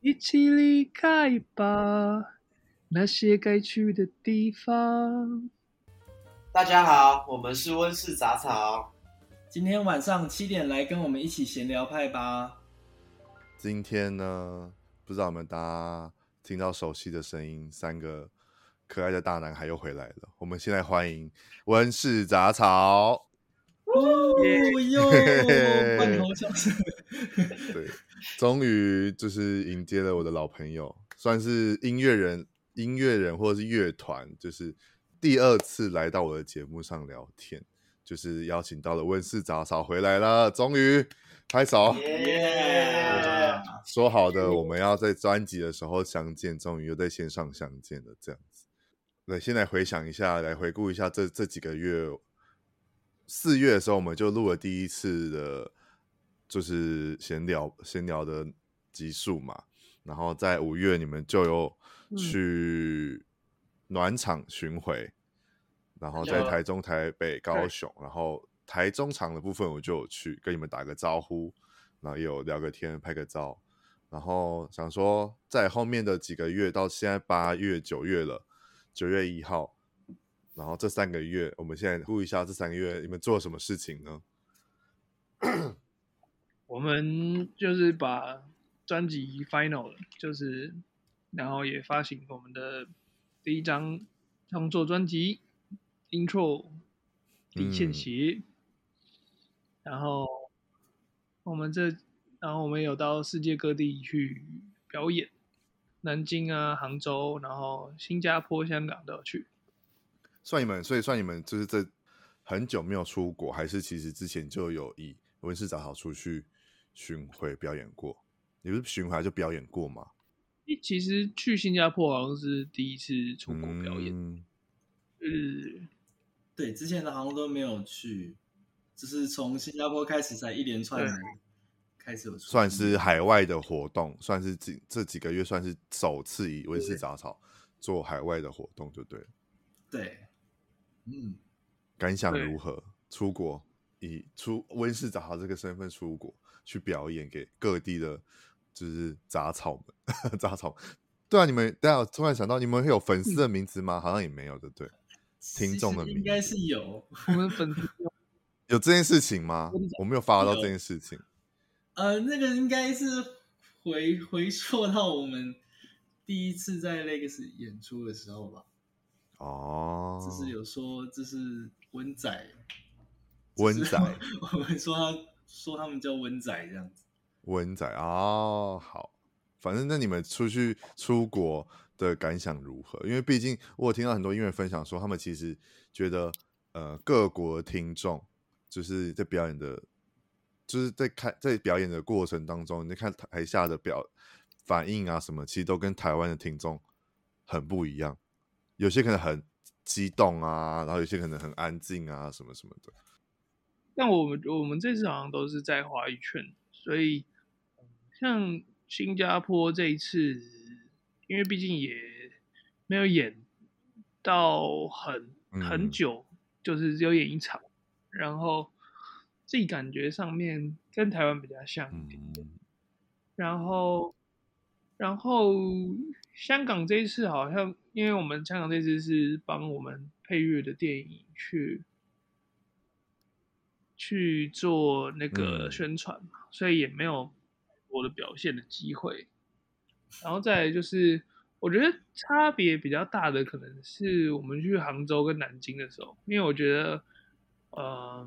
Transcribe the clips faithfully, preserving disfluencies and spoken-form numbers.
一起离开吧，那些该去的地方。 大家好，我们是温室杂草。 今天晚上七点来跟我们一起闲聊派吧。 今天呢，不知道你们大家听到熟悉的声音，三个可爱的大男孩又回来了。我们现在欢迎温室杂草。 哦哟，罐头笑声。 对，终于就是迎接了我的老朋友，算是音乐人、音乐人或者是乐团，就是第二次来到我的节目上聊天，就是邀请到了温室杂草回来了，终于拍手。 耶！ 说好的我们要在专辑的时候相见，终于又在线上相见了，这样子。对，现在回想一下，来回顾一下这这几个月。四月的时候，我们就录了第一次的，就是闲聊闲聊的集数嘛。然后在五月，你们就有去暖场巡回，嗯、然后在台中、台北、高雄，然后台中场的部分我就有去跟你们打个招呼，然后也有聊个天、拍个照。然后想说，在后面的几个月，到现在八月、九月了，九月一号。然后这三个月，我们现在估一下这三个月你们做了什么事情呢？ 我们就是把专辑 final 了，就是然后也发行我们的第一张创作专辑 Intro 底线鞋、嗯，然后我们这，然后我们有到世界各地去表演，南京啊、杭州，然后新加坡、香港都有去。 算你们，所以算你们就是这很久没有出国，还是其实之前就有以温室杂草出去巡回表演过？你不是巡回就表演过吗？ 其实去新加坡好像是第一次出国表演。嗯， 嗯对，之前的好像都没有去，只是从新加坡开始才一连串开始有出， 算是海外的活动，算是这这几个月算是首次以温室杂草做海外的活动，就对了。 对。嗯， 感想如何？出国以出温室杂草这个身份出国去表演给各地的，就是杂草们，杂草。对啊，你们等一下突然想到，你们会有粉丝的名字吗？嗯、好像也没有，对不对？听众的名字应该是有， 我们粉丝有这件事情吗？我没有发到这件事情。 呃，那个应该是回回溯到我们第一次在 Legacy 演出的时候吧。哦，就是有说这是温仔， 温仔， 我们说他说他们叫温仔这样子。 温仔哦，好，反正那你们出去出国的感想如何？因为毕竟我有听到很多音乐分享说，他们其实觉得呃各国的听众就是在表演的，就是在看在表演的过程当中，你看台下的表反应啊什么，其实都跟台湾的听众很不一样。有些可能很激动啊，然后有些可能很安静啊，什么什么的。 但我们我们这次好像都是在华语圈，所以像新加坡这一次，因为毕竟也没有演到很很久，嗯、就是只有演一场，然后自己感觉上面跟台湾比较像一点点。嗯、然后，然后香港这一次好像，因为我们香港这次是帮我们配乐的电影去。去做那个宣传嘛，嗯、所以也没有我的表现的机会。然后再来就是，我觉得差别比较大的可能是我们去杭州跟南京的时候，因为我觉得，呃，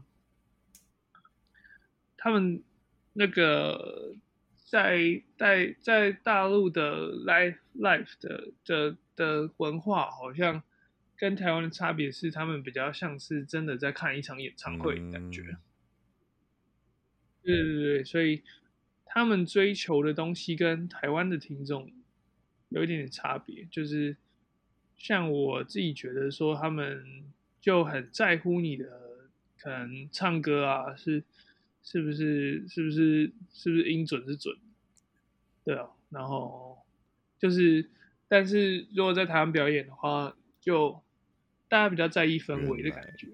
他们那个在在在大陆的 live live 的的的文化，好像跟台湾的差别是，他们比较像是真的在看一场演唱会的感觉。嗯对对对，所以他们追求的东西跟台湾的听众有一点点差别，就是像我自己觉得说，他们就很在乎你的可能唱歌啊，是是不是是不是是不是音准是准的，对啊，然后就是，但是如果在台湾表演的话，就大家比较在意氛围的感觉。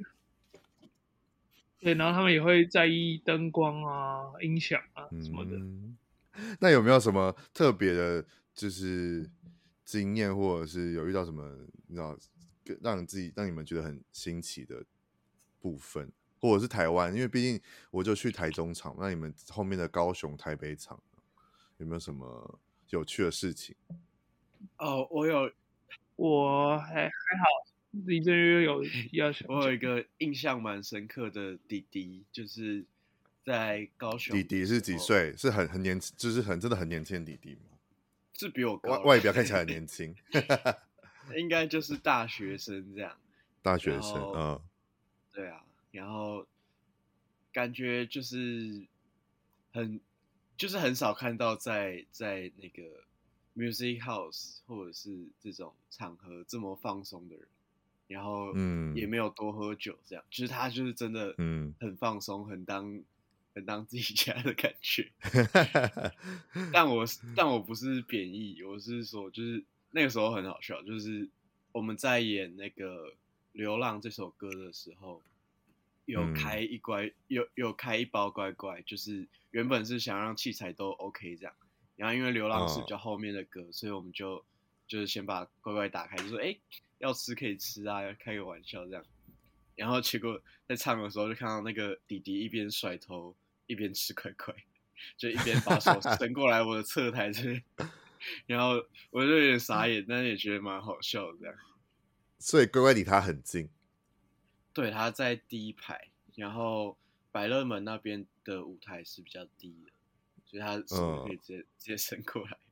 对，然后他们也会在意灯光啊、音响啊什么的。嗯、 那有没有什么特别的，就是经验，或者是有遇到什么，你知道，让你自己让你们觉得很新奇的部分，或者是台湾？因为毕竟我就去台中场，那你们后面的高雄、台北场有没有什么有趣的事情？ 哦，我有， 我还还好，李正月有要想， 我有一个印象蛮深刻的弟弟，就是在高雄。 弟弟是几岁？是很很年，就是很真的很年轻的弟弟吗？ 是比我高， 外外表看起来很年轻， 应该就是大学生这样。 大学生，嗯， 对啊，然后感觉就是很，就是很少看到在在那个 music house 或者是这种场合这么放松的人，然后也没有多喝酒，这样，嗯、就是他就是真的很放松，很当很当自己家的感觉。但我但我不是贬义，我是说就是那个时候很好笑，就是我们在演那个《流浪》这首歌的时候，有开一乖、嗯、有有开一包乖乖，就是原本是想让器材都 OK 这样，然后因为《流浪》是比较后面的歌，哦、所以我们就就是先把乖乖打开，就说哎、欸、要吃可以吃啊，要开个玩笑这样。然后结果在唱的时候就看到那个弟弟一边甩头一边吃乖乖，就一边把手伸过来我的侧台这边，然后我就有点傻眼，但是也觉得蛮好笑的这样。 所以乖乖离他很近， 对，他在第一排，然后百乐门那边的舞台是比较低的，所以他手可以直接、嗯、直接伸过来，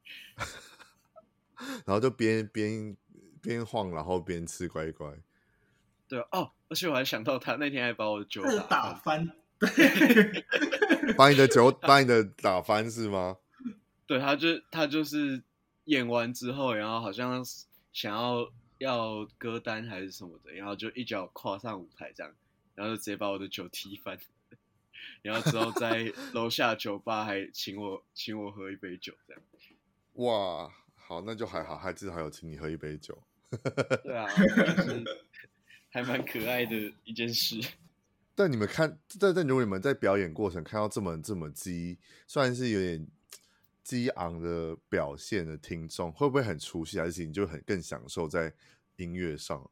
然后就边边边晃，然后边吃乖乖。 对哦，而且我还想到他那天还把我的酒打打翻， 把你的酒把你的打翻是吗？ 对，他就他就是演完之后，然后好像想要要歌单还是什么的，然后就一脚跨上舞台这样，然后就直接把我的酒踢翻，然后之后在楼下酒吧还请我请我喝一杯酒这样。 哇，好，那就还好，还至少有请你喝一杯酒。 对啊，就是还蛮可爱的一件事。 但你们看，但但如果你们在表演过程看到这么这么激，算是有点激昂的表现的听众，会不会很出戏，还是你就很更享受在音乐上？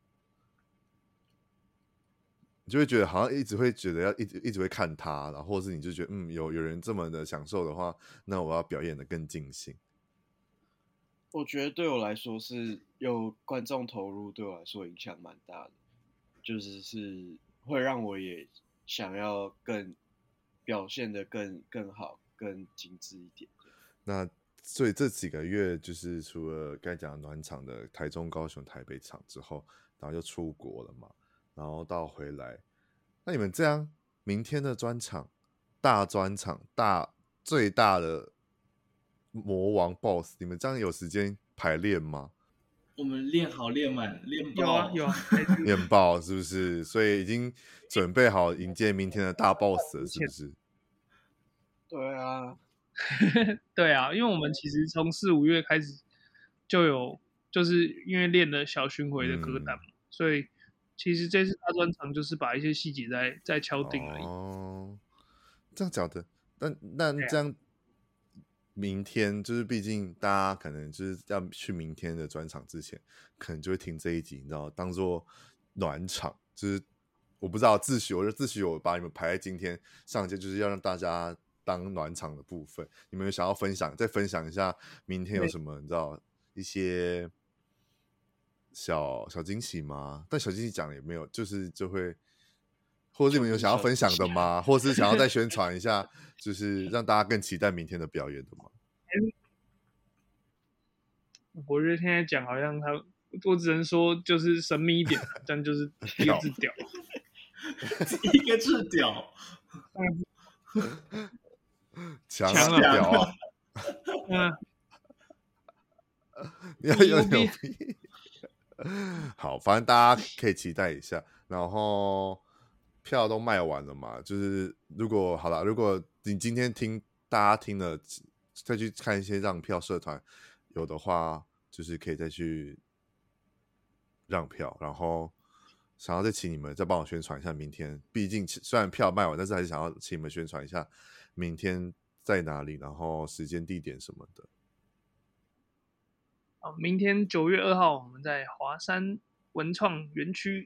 你就会觉得好像一直会觉得要一直一直会看他，然后或是你就觉得嗯，有有人这么的享受的话，那我要表演的更尽兴。 我觉得对我来说是有观众投入，对我来说影响蛮大的，就是是会让我也想要更表现得更更好、更精致一点。 那所以这几个月就是除了刚才讲暖场的台中、高雄、台北场之后，然后就出国了嘛，然后到回来，那你们这样明天的专场、大专场、大最大的魔王 boss， 你们这样有时间排练吗？ 我们练好练满练爆， 有啊有啊， 练爆是不是？所以已经准备好迎接明天的大 boss 了，是不是？ 对啊， 对啊，因为我们其实从四五月开始就有，就是因为练了小巡回的歌单、嗯，所以其实这次大专场就是把一些细节再再敲定而已。 哦，这样讲的，那那这样。明天就是，毕竟大家可能就是要去明天的专场之前，可能就会听这一集，你知道，当做暖场。就是我不知道自诩，我就自诩我把你们排在今天上节，就是要让大家当暖场的部分。你们有想要分享，再分享一下明天有什么，你知道一些小小惊喜吗？但小惊喜讲也没有，就是就会。或者你们有想要分享的吗？或是想要再宣传一下，就是让大家更期待明天的表演的吗？ 我觉得现在讲好像他，我只能说就是神秘一点，但就是一个字屌， 一个字屌， 强啊屌啊！ 嗯， 要有牛逼。好，反正大家可以期待一下，然后。票都卖完了嘛？就是如果好了，如果你今天听大家听了，再去看一些让票社团有的话，就是可以再去让票，然后想要再请你们再帮我宣传一下明天。毕竟虽然票卖完，但是还是想要请你们宣传一下明天在哪里，然后时间地点什么的。 好，明天九月二号我们在华山文创园区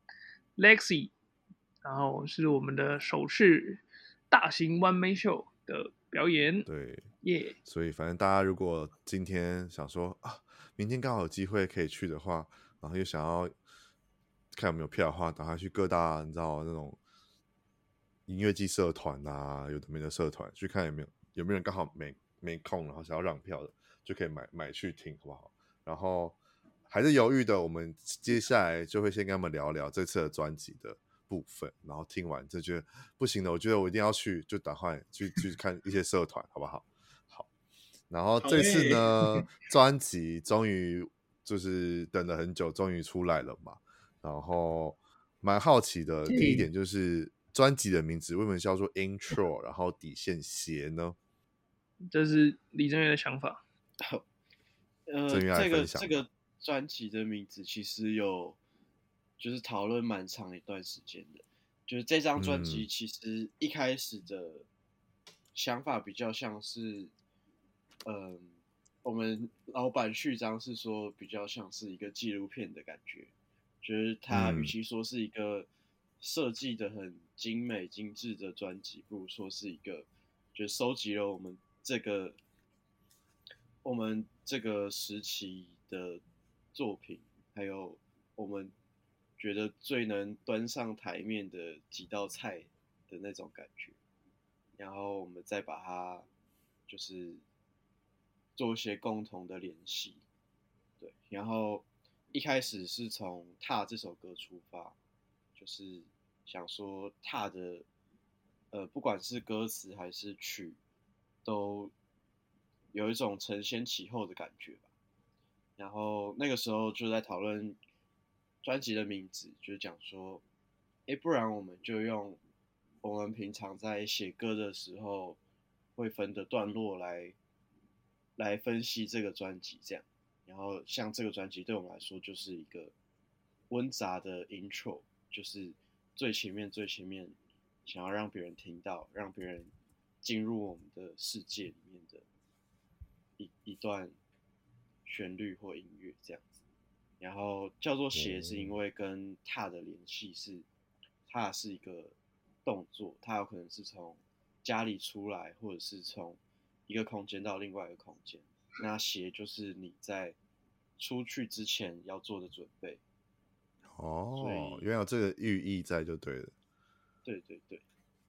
Lexi， 然后是我们的首次大型 One Man Show 的表演。 对， 耶、yeah ！ 所以反正大家如果今天想说啊，明天刚好有机会可以去的话，然后又想要看有没有票的话，赶快去各大你知道那种音乐季社团啊，有的没的社团去看有没有有没有人刚好没没空，然后想要让票的，就可以买买去听，好不好？然后还是犹豫的，我们接下来就会先跟他们聊聊这次的专辑的部分，然后听完就觉得不行的，我觉得我一定要去，就赶快去去看一些社团，好不好？好。然后这次呢，专辑终于就是等了很久，终于出来了嘛。然后蛮好奇的，第一点就是专辑的名字为什么叫做 Intro， 然后底线鞋呢？ 这是李正岳的想法。 呃，这个这个专辑的名字其实有就是讨论蛮长一段时间的。就是这张专辑其实一开始的想法比较像是，嗯、呃，我们老板序章是说比较像是一个纪录片的感觉，就是它与其说是一个设计的很精美精致的专辑，不如说是一个就是收集了我们这个。我们这个时期的作品，还有我们觉得最能端上台面的几道菜的那种感觉，然后我们再把它就是做一些共同的联系，对，然后一开始是从《踏》这首歌出发，就是想说《踏》的呃，不管是歌词还是曲，都有一种承先启后的感觉吧。然后那个时候就在讨论专辑的名字，就是讲说，哎，不然我们就用我们平常在写歌的时候会分的段落来来分析这个专辑，这样。然后像这个专辑对我们来说就是一个温杂的 intro， 就是最前面最前面想要让别人听到，让别人进入我们的世界里面的。一, 一段旋律或音乐这样子，然后叫做鞋是因为跟踏的联系是，踏是一个动作，它有可能是从家里出来，或者是从一个空间到另外一个空间。那鞋就是你在出去之前要做的准备。 哦，原来有这个寓意在就对了。 对对对。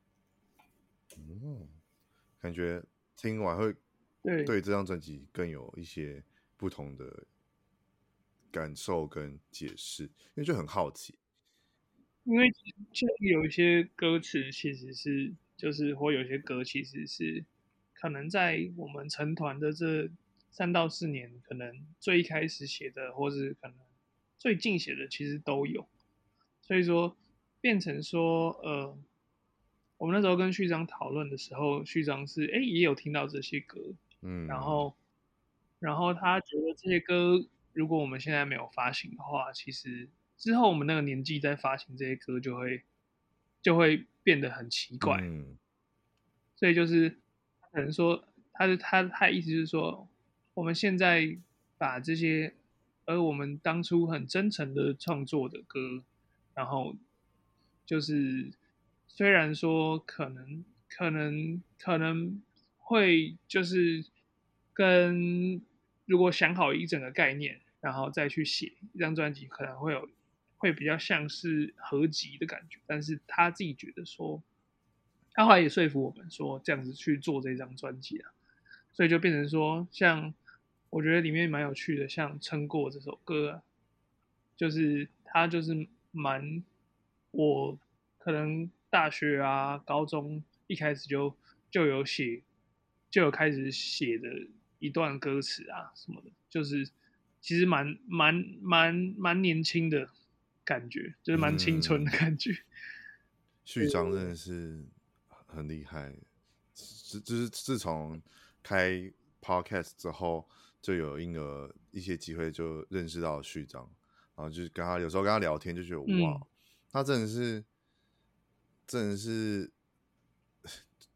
嗯，感觉听完会。 对, 对这张专辑更有一些不同的感受跟解释，因为就很好奇。 因为就有一些歌词其实是，就是或有些歌其实是可能在我们成团的这三到四年，可能最一开始写的，或是可能最近写的，其实都有。所以说变成说，呃，我们那时候跟序章讨论的时候，序章是哎也有听到这些歌。 嗯， 然后，然后他觉得这些歌，如果我们现在没有发行的话，其实之后我们那个年纪再发行这些歌，就会就会变得很奇怪。 嗯， 所以就是可能说，他的他他的意思是说，我们现在把这些，而我们当初很真诚的创作的歌，然后就是虽然说可能可能可能。会就是跟如果想好一整个概念，然后再去写一张专辑，可能会有会比较像是合集的感觉。但是他自己觉得说，他后来也说服我们说这样子去做这张专辑啊，所以就变成说，像我觉得里面蛮有趣的，像《撑过》这首歌、啊，就是他就是蛮我可能大学啊、高中一开始就就有写。就有开始写的一段歌词啊什么的，就是其实蛮蛮蛮蛮年轻的感觉，就是蛮青春的感觉。 序章真的是很厉害，就是自从开 podcast 之后，就有因而一些机会就认识到序章，然后就是跟他有时候跟他聊天，就觉得、嗯、哇，他真的是真的是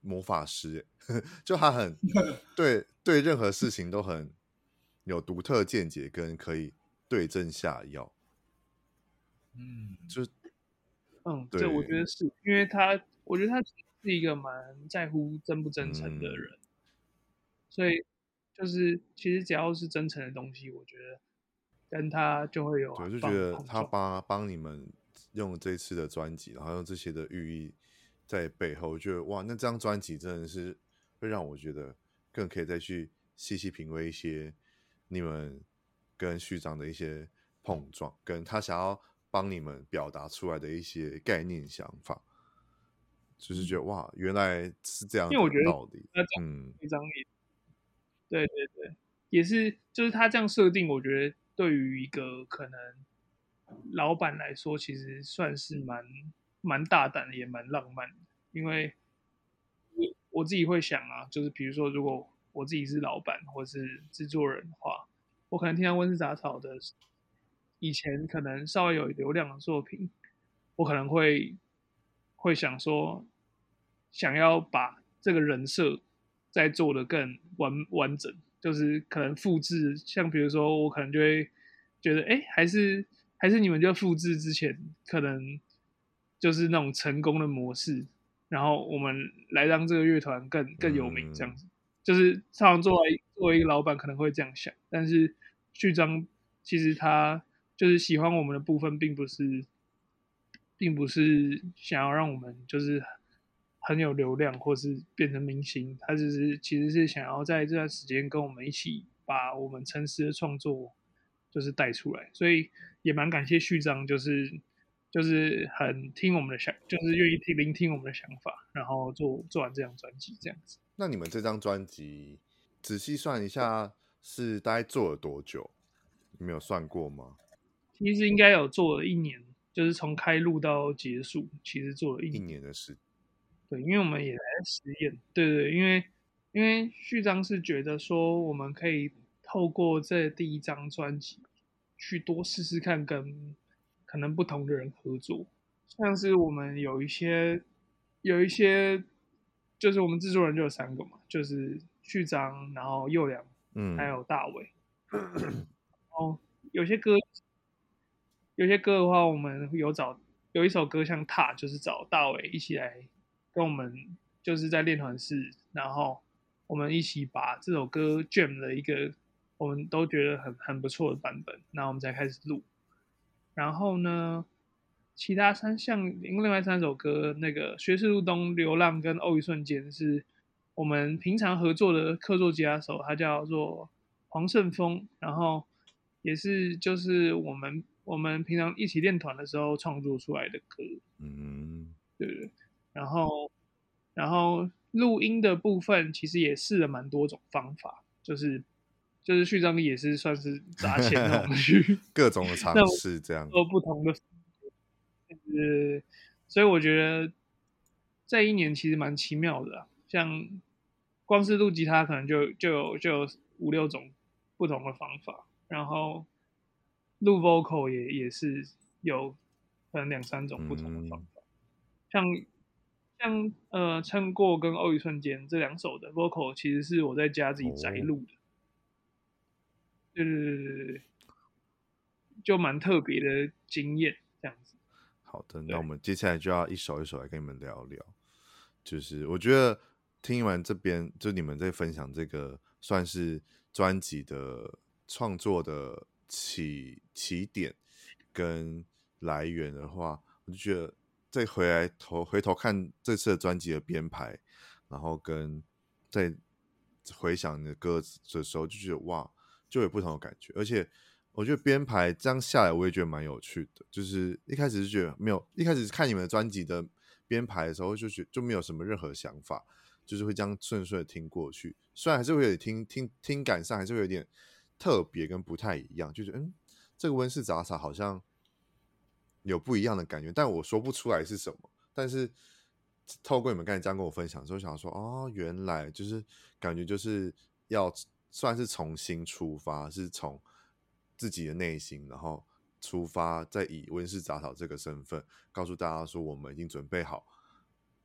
魔法师，就他很对对任何事情都很有独特见解，跟可以对症下药。 嗯， 就嗯， 对， 这我觉得是因为他，我觉得他是一个蛮在乎真不真诚的人， 嗯、 所以就是其实只要是真诚的东西，我觉得跟他就会有对， 很就觉得他棒的碰撞。 帮帮你们用这次的专辑，然后用这些的寓意在背后，我觉得哇，那这张专辑真的是会让我觉得更可以再去细细品味一些你们跟序章的一些碰撞，跟他想要帮你们表达出来的一些概念想法，就是觉得哇，原来是这样的因为我觉得道理。 那这嗯， 一张也对对对，也是就是他这样设定，我觉得对于一个可能老板来说，其实算是蛮蛮大胆的，也蛮浪漫的。因为我我自己会想啊，就是比如说，如果我自己是老板或是制作人的话，我可能听到温室杂草的以前可能稍微有流量的作品，我可能会会想说，想要把这个人设再做得更完完整，就是可能复制，像比如说我可能就会觉得，哎，还是还是你们就复制之前可能就是那种成功的模式，然后我们来让这个乐团更更有名，这样子。 嗯就是常常作为作为一个老板可能会这样想，但是序章其实他就是喜欢我们的部分，并不是，并不是想要让我们就是很有流量或是变成明星，他只是其实是想要在这段时间跟我们一起把我们诚实的创作就是带出来，所以也蛮感谢序章，就是就是很听我们的想，就是愿意听聆听我们的想法，然后做做完这张专辑这样子。 那你们这张专辑仔细算一下，是大概做了多久？你们有算过吗？ 其实应该有做了一年，就是从开录到结束，其实做了一一年。 年的时， 对，因为我们也在实验。对对对，因为因为序章是觉得说，我们可以透过这第一张专辑，去多试试看跟可能不同的人合作，像是我们有一些有一些，就是我们制作人就有三个嘛，就是序章，然后佑良，还嗯， 有大伟。然后有些歌有些歌的话，我们有找有一首歌像《踏》，就是找大伟一起来跟我们，就是在练团室，然后我们一起把这首歌 jam 了一个我们都觉得很很不错的版本，然后我们才开始录。然后呢，其他三项另外三首歌，那个《学士路东》、《流浪》跟《欧一瞬间》是我们平常合作的客座吉他手，他叫做黄胜峰，然后也是就是我们我们平常一起练团的时候创作出来的歌， 嗯， 对不对？然后然后录音的部分其实也试了蛮多种方法，就是就是序章也是算是砸钱那种去各种的尝试这样。 做不同的，就是所以我觉得这一年其实蛮奇妙的啊，像光是录吉他可能就就有就有五六种不同的方法，然后录 vocal 也也是有可能两三种不同的方嗯， 法，像像呃撑过跟欧一瞬间这两首的 vocal 其实是我在家自己宅哦， 录的，对对对对对，就蛮特别的经验这样子， 好的，那我对。 们接下来就要一首一首来跟你们聊聊。就是我觉得听完这边，就你们在分享这个算是专辑的创作的起起点跟来源的话，我就觉得再回来头回头看这次的专辑的编排，然后跟在回想你的歌词的时候，就觉得哇，就有不同的感觉。而且我觉得编排这样下来，我也觉得蛮有趣的。就是一开始是觉得没有，一开始看你们的专辑的编排的时候就觉得就没有什么任何想法，就是会这样顺顺的听过去。虽然还是会有点听听听感上还是会有点特别跟不太一样，就觉得嗯，这个温室杂草好像有不一样的感觉，但我说不出来是什么。但是透过你们刚才这样跟我分享之后，想说哦，原来就是感觉就是要算是重新出发，是从自己的内心，然后出发，再以温室杂草这个身份告诉大家说，我们已经准备好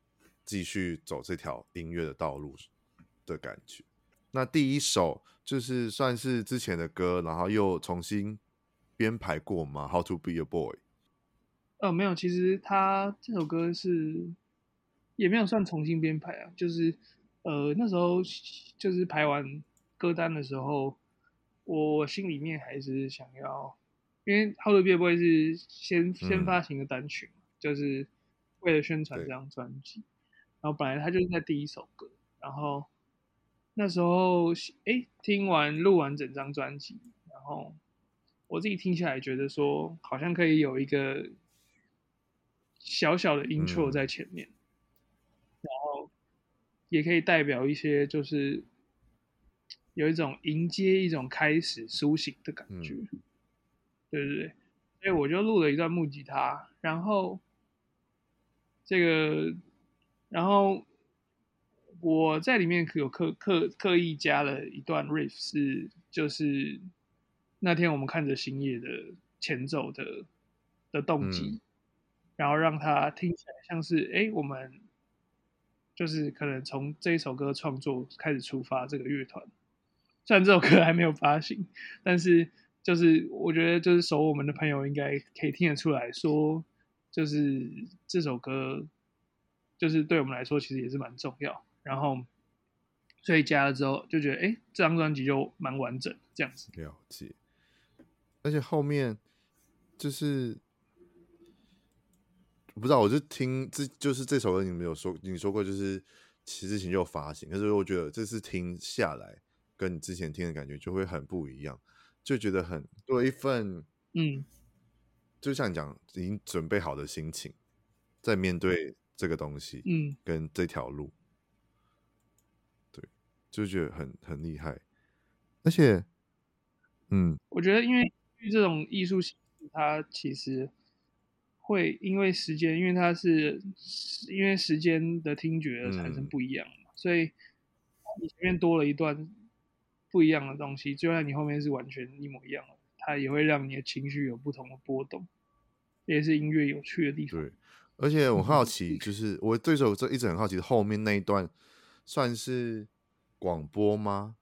继续走这条音乐的道路的感觉。那第一首就是算是之前的歌，然后又重新编排过吗 ？How to be a boy？ 呃，没有，其实他这首歌是也没有算重新编排啊，就是呃那时候就是排完歌单的时候，我心里面还是想要，因为 How to be a boy 是先先发行的单曲嘛，就是为了宣传这张专辑，然后本来他就是在第一首歌，然后那时候哎听完录完整张专辑，然后我自己听下来觉得说好像可以有一个小小的 intro 在前面，嗯、然后也可以代表一些就是有一种迎接一种开始苏醒的感觉，嗯、对对对，所以我就录了一段木吉他，然后这个，然后我在里面有刻刻刻意加了一段 riff， 是就是那天我们看着星夜的前奏的的动机。嗯，然后让它听起来像是，哎，我们就是可能从这一首歌创作开始出发，这个乐团。虽然这首歌还没有发行，但是就是我觉得就是熟我们的朋友应该可以听得出来说，就是这首歌就是对我们来说其实也是蛮重要。然后所以加了之后就觉得，哎，这张专辑就蛮完整这样子。 了解。而且后面就是我不知道，我就听这就是这首歌，你们有说你说过，就是其实之前就有发行，可是我觉得这次听下来，跟你之前听的感觉就会很不一样，就觉得很多一份， 嗯， 就像你讲，已经准备好的心情，在面对这个东西， 嗯， 跟这条路，对，就觉得很很厉害，而且，嗯， 我觉得因为这种艺术形式，它其实会因为时间，因为它是因为时间的听觉而产生不一样嘛，嗯、所以你前面多了一段不一样的东西，就算你后面是完全一模一样的，它也会让你的情绪有不同的波动，这也是音乐有趣的地方。 对，而且我好奇，就是我对这首歌一直很好奇，后面那一段算是广播吗？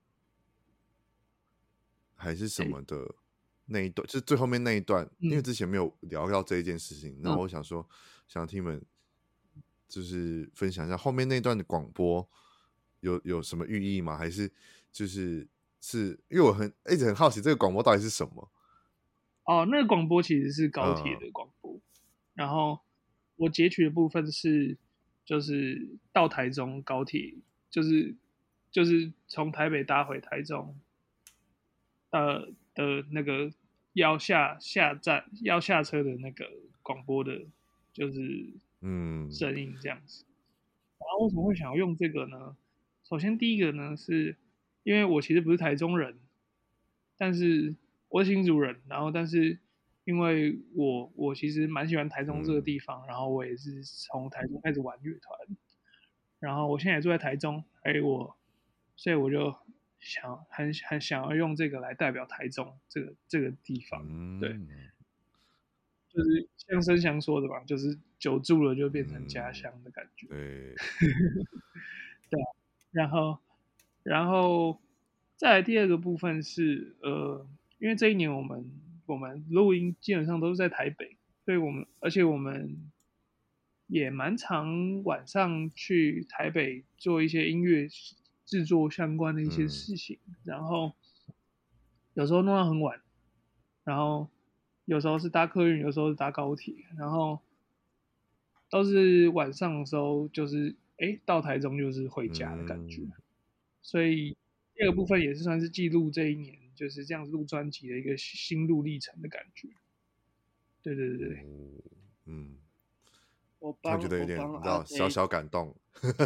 还是什么的那一段，就是最后面那一段，嗯、因为之前没有聊到这一件事情，然后我想说，嗯、想听你们就是分享一下后面那段的广播有有什么寓意吗？还是就是是因为我很一直很好奇这个广播到底是什么？ 哦，那个广播其实是高铁的广播，嗯、然后我截取的部分是就是到台中高铁，就是就是从台北搭回台中。呃的那个要下下站要下车的那个广播的，就是嗯声音这样子。然后为什么会想要用这个呢？首先第一个呢，是因为我其实不是台中人，但是我是新竹人，然后但是因为我我其实蛮喜欢台中这个地方，嗯、然后我也是从台中开始玩乐团，然后我现在也住在台中，哎我所以我就。想很很想要用这个来代表台中这个这个地方，嗯、对，就是像申祥说的吧，就是久住了就变成家乡的感觉，嗯、对，对啊，然后然后再来第二个部分是呃，因为这一年我们我们录音基本上都是在台北，所以我们而且我们也蛮常晚上去台北做一些音乐制作相关的一些事情，嗯、然后有时候弄到很晚，然后有时候是搭客运，有时候是搭高铁，然后都是晚上的时候，就是哎到台中就是回家的感觉，嗯、所以这个部分也是算是记录这一年就是这样录专辑的一个心路历程的感觉。对对对对， 嗯， 我帮觉得有点你知道小小感动。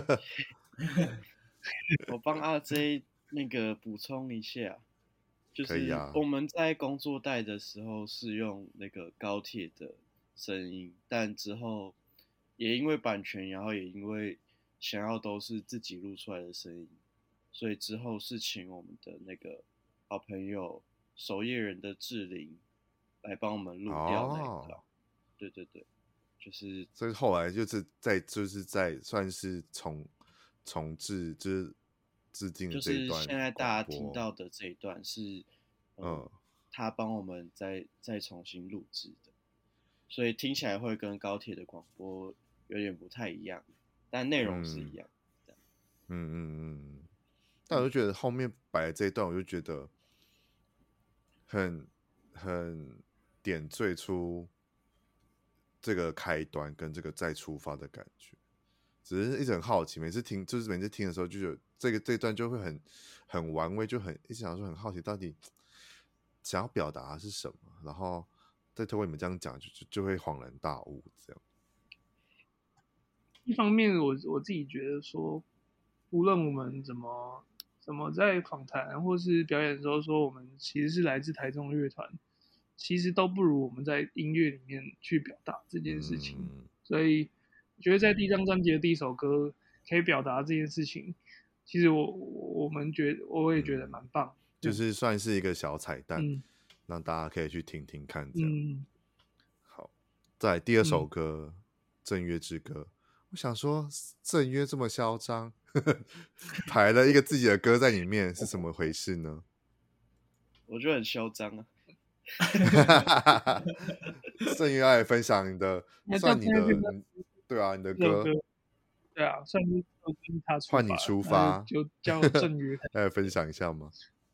我帮阿 J 那个补充一下，就是我们在工作带的时候是用那个高铁的声音，但之后也因为版权，然后也因为想要都是自己录出来的声音，所以之后是请我们的那个好朋友守夜人的志玲来帮我们录掉那一段。哦、对对对。 就是所以后来就是在就是在算是重重置，就是致敬的这一段。 就是现在大家听到的这一段是，嗯，嗯他帮我们再再重新录制的，所以听起来会跟高铁的广播有点不太一样，但内容是一样的。 嗯嗯嗯嗯。但我就觉得后面摆的这一段，我就觉得很很点缀出这个开端跟这个再出发的感觉。只是一直很好奇，每次听就是每次听的时候，就有这个这一段就会很很玩味，就很一直想说很好奇，到底想要表达的是什么，然后再透过你们这样讲，就就就会恍然大悟这样。 一方面我，我我自己觉得说，无论我们怎么怎么在访谈或是表演的时候说我们其实是来自台中乐团，其实都不如我们在音乐里面去表达这件事情。嗯、所以，我觉得在第一张专辑的第一首歌可以表达这件事情，其实我我们觉得我也觉得蛮棒、嗯， 就是算是一个小彩蛋，嗯、让大家可以去听听看这样。嗯、好，再来第二首歌《正月之歌》。我想说，正约这么嚣张，排了一个自己的歌在里面，是怎么回事呢？ 我觉得很嚣张啊！ 正约要来分享你的，算你的，对啊，你的歌， 对啊，算是他换你出发， 就叫正约， 来分享一下吗？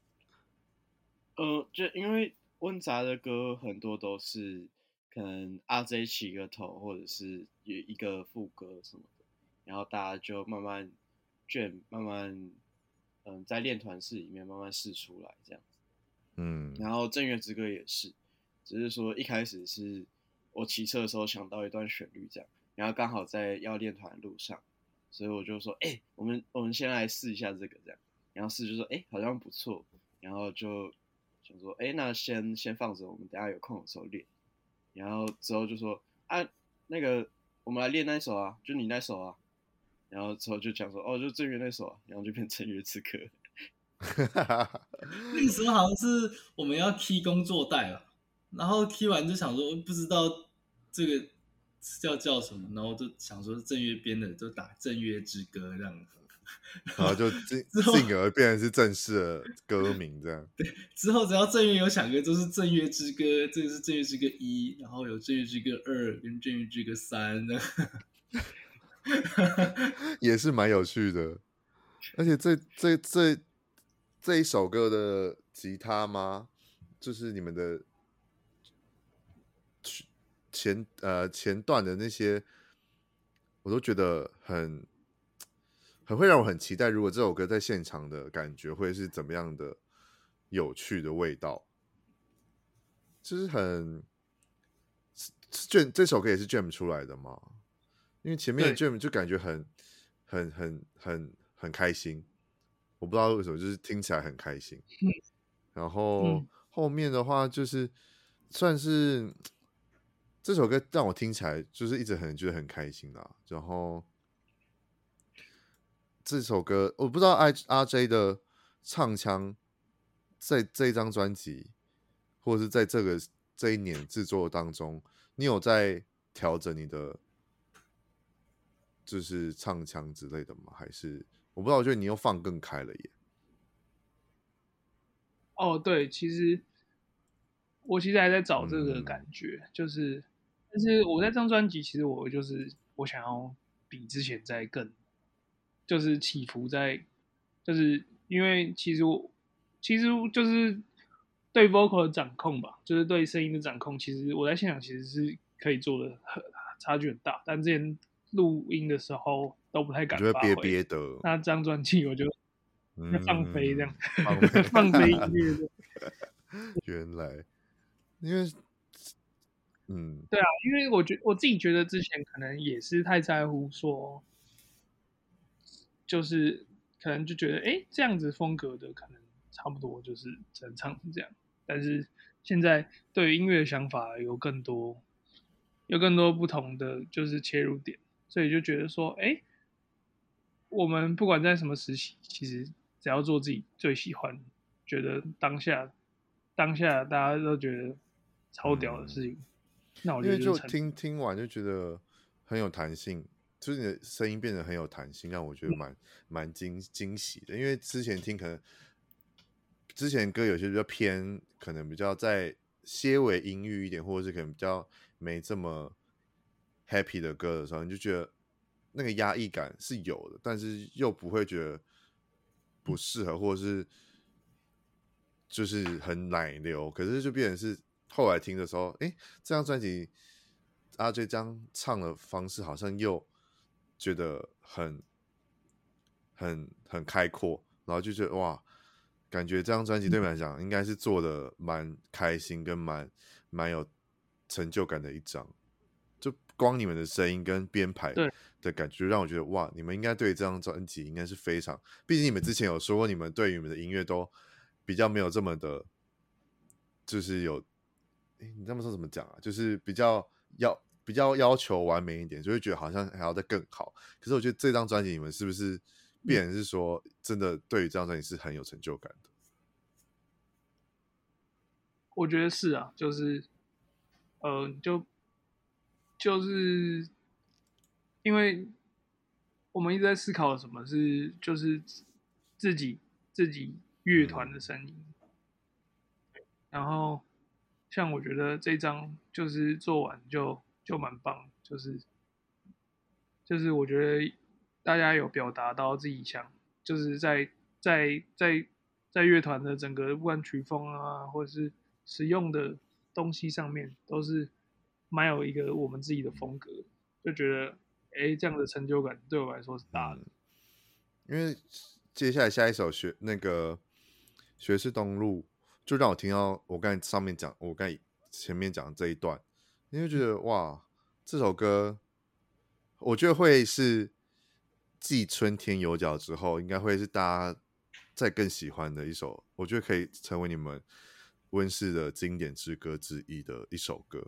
呃，就因为温杂的歌很多都是。可能阿 J 起个头，或者是有一个副歌什么的，然后大家就慢慢卷，慢慢嗯，在练团室里面慢慢试出来这样子。嗯，然后正月之歌也是，只是说一开始是我骑车的时候想到一段旋律这样，然后刚好在要练团的路上，所以我就说，哎、欸，我们我们先来试一下这个这样，然后试就说，哎、欸，好像不错，然后就想说，哎、欸，那先先放着，我们等一下有空的时候练。然后之后就说啊，那个我们来练那首啊，就你那首啊。然后之后就讲说哦，就正月那首啊，然后就变正月之歌。 那个时候好像是我们要 key 工作带吧，然后 key 完就想说不知道这个叫叫什么，然后就想说正月编的，就打正月之歌这样子。 然后就进进而变成是正式的歌名这样。 对，之后只要正月有响歌，就是正月之歌，这个是正月之歌一，然后有正月之歌二跟正月之歌三的， 也是蛮有趣的。而且这这这这一首歌的吉他吗？就是你们的前呃前段的那些，我都觉得很。很会让我很期待，如果这首歌在现场的感觉会是怎么样的有趣的味道，就是很卷这首歌也是 jam 出来的嘛，因为前面的 jam 就感觉很很很很很开心，我不知道为什么，就是听起来很开心。然后后面的话就是算是这首歌让我听起来就是一直很觉得很开心啦，然后。这首歌我不知道 R J 的唱腔在这一张专辑，或者是在这个这一年制作当中，你有在调整你的就是唱腔之类的吗？还是我不知道，我觉得你又放更开了耶。 哦，对，其实我其实还在找这个感觉，嗯、就是，但是我在这张专辑，其实我就是我想要比之前再更。就是起伏在，就是因为其实我其实就是对 vocal 的掌控吧，就是对声音的掌控。其实我在现场其实是可以做的很差距很大，但之前录音的时候都不太敢发挥。 憋憋的。 那这张专辑我就放飞这样，嗯、放飞放飞音乐的。 原来，因为嗯， 对啊，因为我觉我自己觉得之前可能也是太在乎说。就是可能就觉得，哎，这样子风格的可能差不多就是只能唱成这样。但是现在对于音乐的想法有更多，有更多不同的就是切入点，所以就觉得说，哎，我们不管在什么时期，其实只要做自己最喜欢，觉得当下当下大家都觉得超屌的事情，嗯、 那我觉因为就得就是听听完就觉得很有弹性，就是你的声音变得很有弹性，让我觉得蛮蛮惊惊喜的。因为之前听可能之前歌有些比较偏，可能比较在些微阴郁一点，或者是可能比较没这么 happy 的歌的时候，你就觉得那个压抑感是有的，但是又不会觉得不适合，或者是就是很奶流。可是就变成是后来听的时候，哎，这张专辑阿 J 这样唱的方式好像又觉得很很很开阔，然后就觉得哇，感觉这张专辑对你来讲应该是做的蛮开心跟蛮蛮有成就感的一张。就光你们的声音跟编排的感觉，让我觉得哇，你们应该对这张专辑应该是非常，毕竟你们之前有说过，你们对于你们的音乐都比较没有这么的，就是有，你这么说怎么讲啊？就是比较要比较要求完美一点，就会觉得好像还要再更好。可是我觉得这张专辑你们是不是变成是说，真的对于这张专辑是很有成就感的？ 我觉得是啊，就是呃，就就是因为我们一直在思考什么是就是自己自己乐团的声音，嗯、然后像我觉得这张就是做完就就蛮棒，就是就是我觉得大家有表达到自己想，就是在在在在乐团的整个不管曲风啊，或者是使用的东西上面，都是蛮有一个我们自己的风格，就觉得哎，这样的成就感对我来说是大的。 嗯、因为接下来下一首学那个学士东路，就让我听到我刚才上面讲，我刚才前面讲的这一段，你会觉得哇，这首歌我觉得会是继《春天有脚》之后，应该会是大家再更喜欢的一首，我觉得可以成为你们温室的经典之歌之一的一首歌。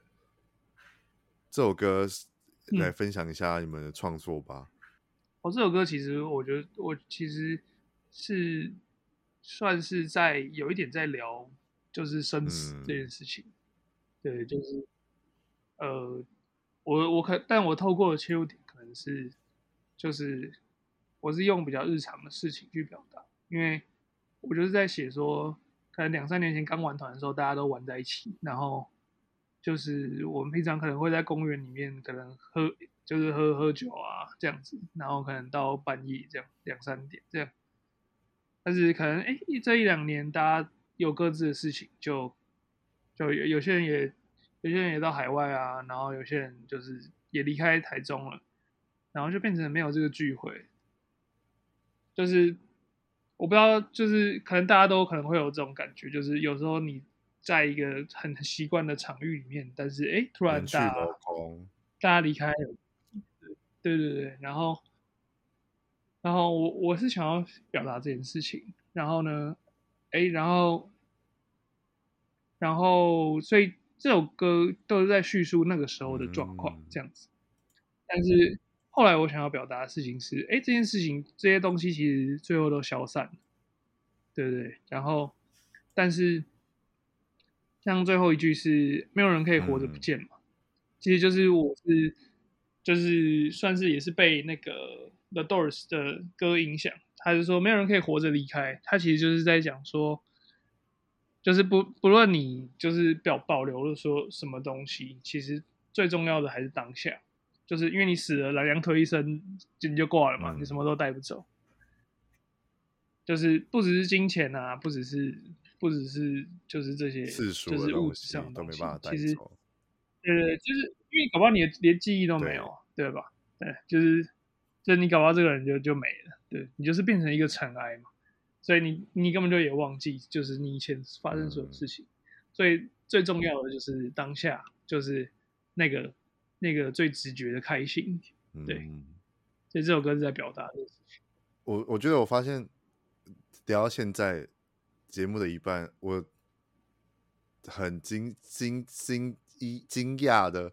这首歌来分享一下你们的创作吧。 嗯、哦，这首歌其实我觉得我其实是算是在有一点在聊，就是生死这件事情。嗯、对，就是呃，我我可，但我透过的切入点可能是，就是我是用比较日常的事情去表达，因为我就是在写说，可能两三年前刚玩团的时候，大家都玩在一起，然后就是我们平常可能会在公园里面可能喝，就是喝喝酒啊这样子，然后可能到半夜这样两三点这样，但是可能哎这一两年大家有各自的事情，就就有有些人也。有些人也到海外啊，然后有些人就是也离开台中了，然后就变成没有这个聚会。就是我不知道，就是可能大家都可能会有这种感觉，就是有时候你在一个很习惯的场域里面，但是哎，突然大家大家离开了，对对对，然后然后我我是想要表达这件事情，然后呢，哎，然后然后所以。这首歌都是在叙述那个时候的状况，这样子。但是后来我想要表达的事情是，哎，这件事情这些东西其实最后都消散了，对不对？然后，但是像最后一句是没有人可以活着不见嘛，嗯、其实就是我是就是算是也是被那个 The Doors 的歌影响，他就说没有人可以活着离开，他其实就是在讲说。就是不不论你就是保保留了说什么东西，其实最重要的还是当下，就是因为你死了，两腿一伸你就挂了嘛，嗯、你什么都带不走。就是不只是金钱啊，不只是不只是就是这些，就是物质上的都没办法带走。 其实，对对，就是因为搞不好你连记忆都没有，对, 对吧？对，就是就是你搞不好这个人就就没了，对你就是变成一个尘埃嘛。所以你你根本就也忘记，就是你以前发生所有事情，嗯、所以最重要的就是当下，就是那个那个最直觉的开心，对。嗯、所以这首歌是在表达这个事情。 我我觉得我发现聊到现在节目的一半，我很惊惊惊惊讶的，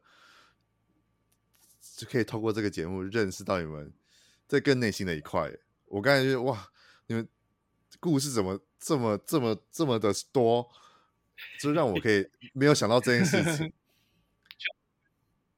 就可以透过这个节目认识到你们在更内心的一块。我刚才就哇，你们。故事怎么这么这么这么的多，就让我可以没有想到这件事情。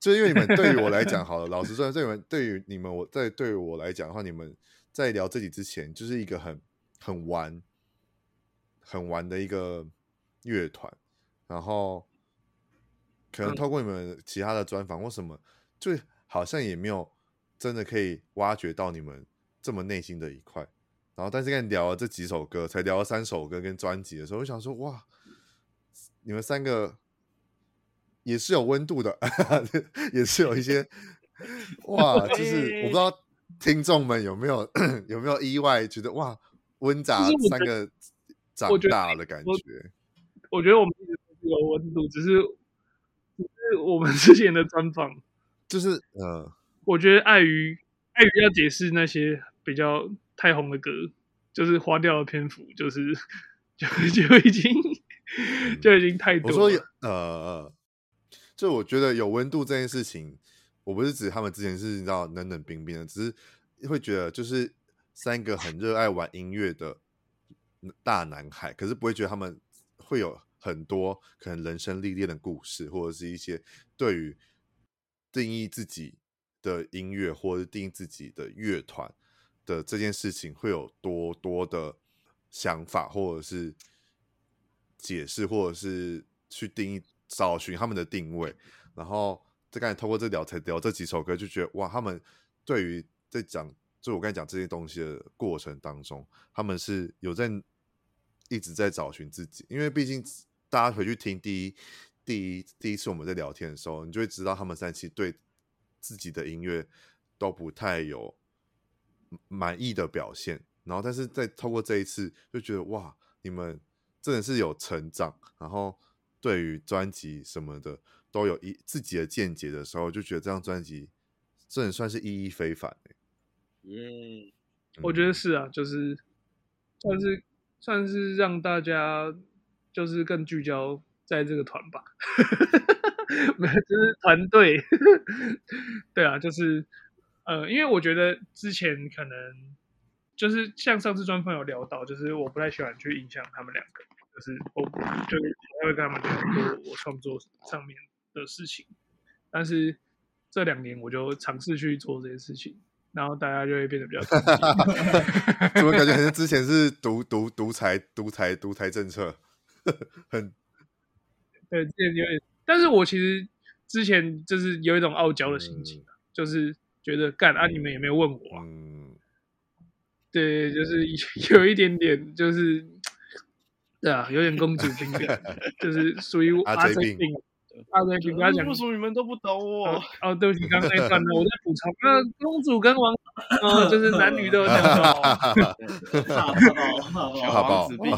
就因为你们对于我来讲，好了，老实说，对你们对于你们我在对于我来讲的话，你们在聊这集之前，就是一个很很玩很玩的一个乐团，然后可能透过你们其他的专访或什么，就好像也没有真的可以挖掘到你们这么内心的一块。然后，但是跟你聊了这几首歌，才聊了三首歌跟专辑的时候，我想说，哇，你们三个也是有温度的，也是有一些哇，就是我不知道听众们有没有有没有意外觉得哇，温杂三个长大的感觉。 我, 我觉得我们一直都是有温度，只是只是我们之前的专访， 就是呃， 我觉得碍于碍于要解释那些比较太红的歌，就是花掉的篇幅，就是就就已经、嗯、就已经太多了。 我说呃，就我觉得有温度这件事情，我不是指他们之前是你知道冷冷冰冰的，只是会觉得就是三个很热爱玩音乐的大男孩，可是不会觉得他们会有很多可能人生历练的故事，或者是一些对于定义自己的音乐或者定义自己的乐团的这件事情会有多多的想法，或者是解释，或者是去定义找寻他们的定位。然后再刚才透过这聊才聊这几首歌，就觉得哇，他们对于在讲就我刚才讲这些东西的过程当中，他们是有在一直在找寻自己。因为毕竟大家回去听第一第一第一次我们在聊天的时候，你就会知道他们三期对自己的音乐都不太有满意的表现。然后但是在透过这一次就觉得哇，你们真的是有成长，然后对于专辑什么的都有一自己的见解的时候，就觉得这张专辑真的算是意义非凡、欸嗯， 我觉得是啊，就是算是算是让大家就是更聚焦在这个团吧，没有，就是团队，对啊，就是呃，因为我觉得之前可能就是像上次专访有聊到，就是我不太喜欢去影响他们两个，就是我就是会跟他们聊说我创作上面的事情，但是这两年我就尝试去做这些事情。然后大家就会变得比较怎么感觉好像之前是独独独裁独裁独裁政策，很对，之前有点，但是我其实之前就是有一种傲娇的心情、啊嗯、就是觉得干啊，你们也没有问我、啊，嗯，对，就是有一点点，就是对啊，有点公主病的，就是属于阿 J 病。阿瑞，你不要讲， 为什么你们都不懂我？ 哦，哦对不起，刚刚那段呢，我在补充。那公主跟王，嗯，就是男女都有讲到， 好好好，王子病，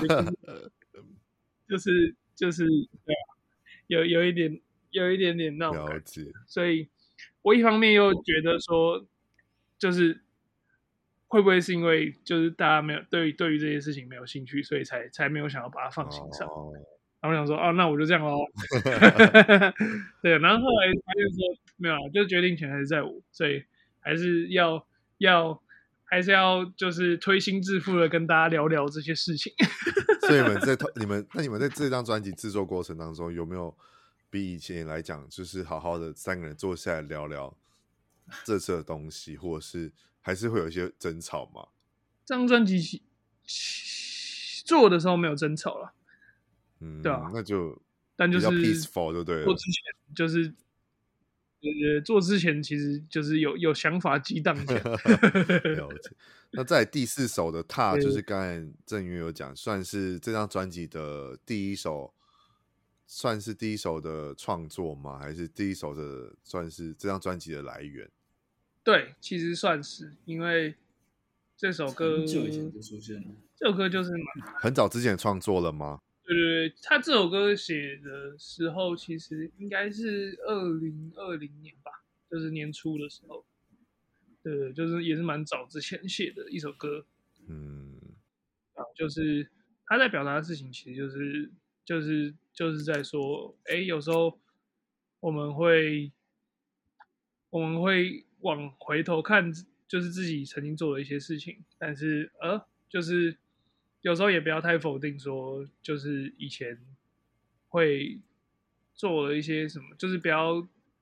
就是就是对啊，有有一点有一点点那种感觉，所以我一方面又觉得说，就是会不会是因为就是大家没有对对于这些事情没有兴趣，所以才才没有想要把它放心上。哦，然后我想说，哦，那我就这样咯。对，然后后来发现说，没有啦，就决定权还是在我，所以还是要要还是要就是推心置腹的跟大家聊聊这些事情。 所以你们在你们那你们在这张专辑制作过程当中，有没有比以前来讲，就是好好的三个人坐下来聊聊这次的东西，或者是还是会有一些争吵吗？ 这张专辑做的时候没有争吵了。 嗯， 对啊， 那就但就是比较 peaceful 就对了。 做之前就是呃做之前其实就是有有想法激荡起来。 了解。那在第四首的踏，就是刚才郑宇有讲，算是这张专辑的第一首，算是第一首的创作吗？还是第一首的算是这张专辑的来源？ 对，其实算是，因为这首歌很久以前就出现了。 这首歌就是蛮很早之前创作了吗？ 对对对，他这首歌写的时候，其实应该是二零二零年吧，就是年初的时候。对，就是也是蛮早之前写的一首歌。嗯，啊，就是他在表达的事情，其实就是就是就是在说，哎，有时候我们会我们会往回头看，就是自己曾经做的一些事情，但是呃，就是有时候也不要太否定说，就是以前会做了一些什么，就是不要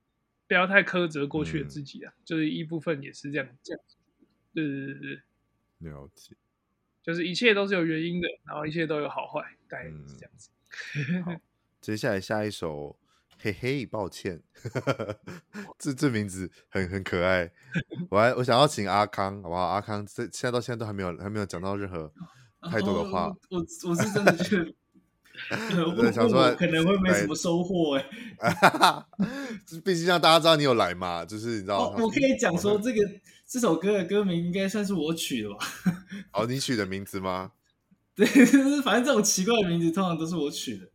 不要太苛责过去的嗯自己啊，就是一部分也是这样这样。对对对对， 了解。 就是一切都是有原因的，然后一切都有好坏，大概是这样子。 好，接下来下一首，嘿嘿，抱歉，这这名字很很可爱。我还我想要请阿康，好不好？阿康这现在到现在都还没有还没有讲到任何太多的话。 哦、我我是真的觉得。呃、问想说我可能会没什么收获哎、 欸，毕竟让大家知道你有来嘛，就是你知道。 哦、我可以讲说这个这首歌的歌名应该算是我取的吧？ 哦，你取的名字吗？ 对，反正这种奇怪的名字通常都是我取的。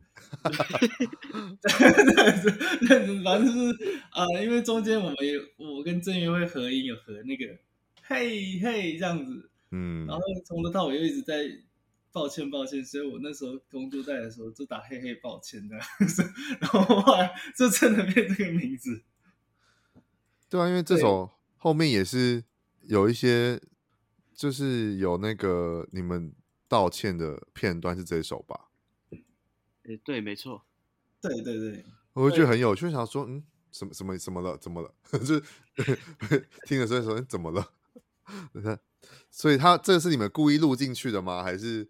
反正就是呃，因为中间我们也我跟郑元会合音，有合那个嘿嘿这样子，嗯，然后从头到尾又一直在。抱歉，抱歉，所以我那时候工作带的时候就打嘿嘿抱歉的，然后后来就真的变这个名字。 对啊，因为这首后面也是有一些，就是有那个你们道歉的片段是这首吧？ 欸、对，没错。 对对对， 我就觉得很有趣，想说嗯，什么什么什么了，怎么了？就听的时候说、欸、怎么了？所以他这个是你们故意录进去的吗？还是？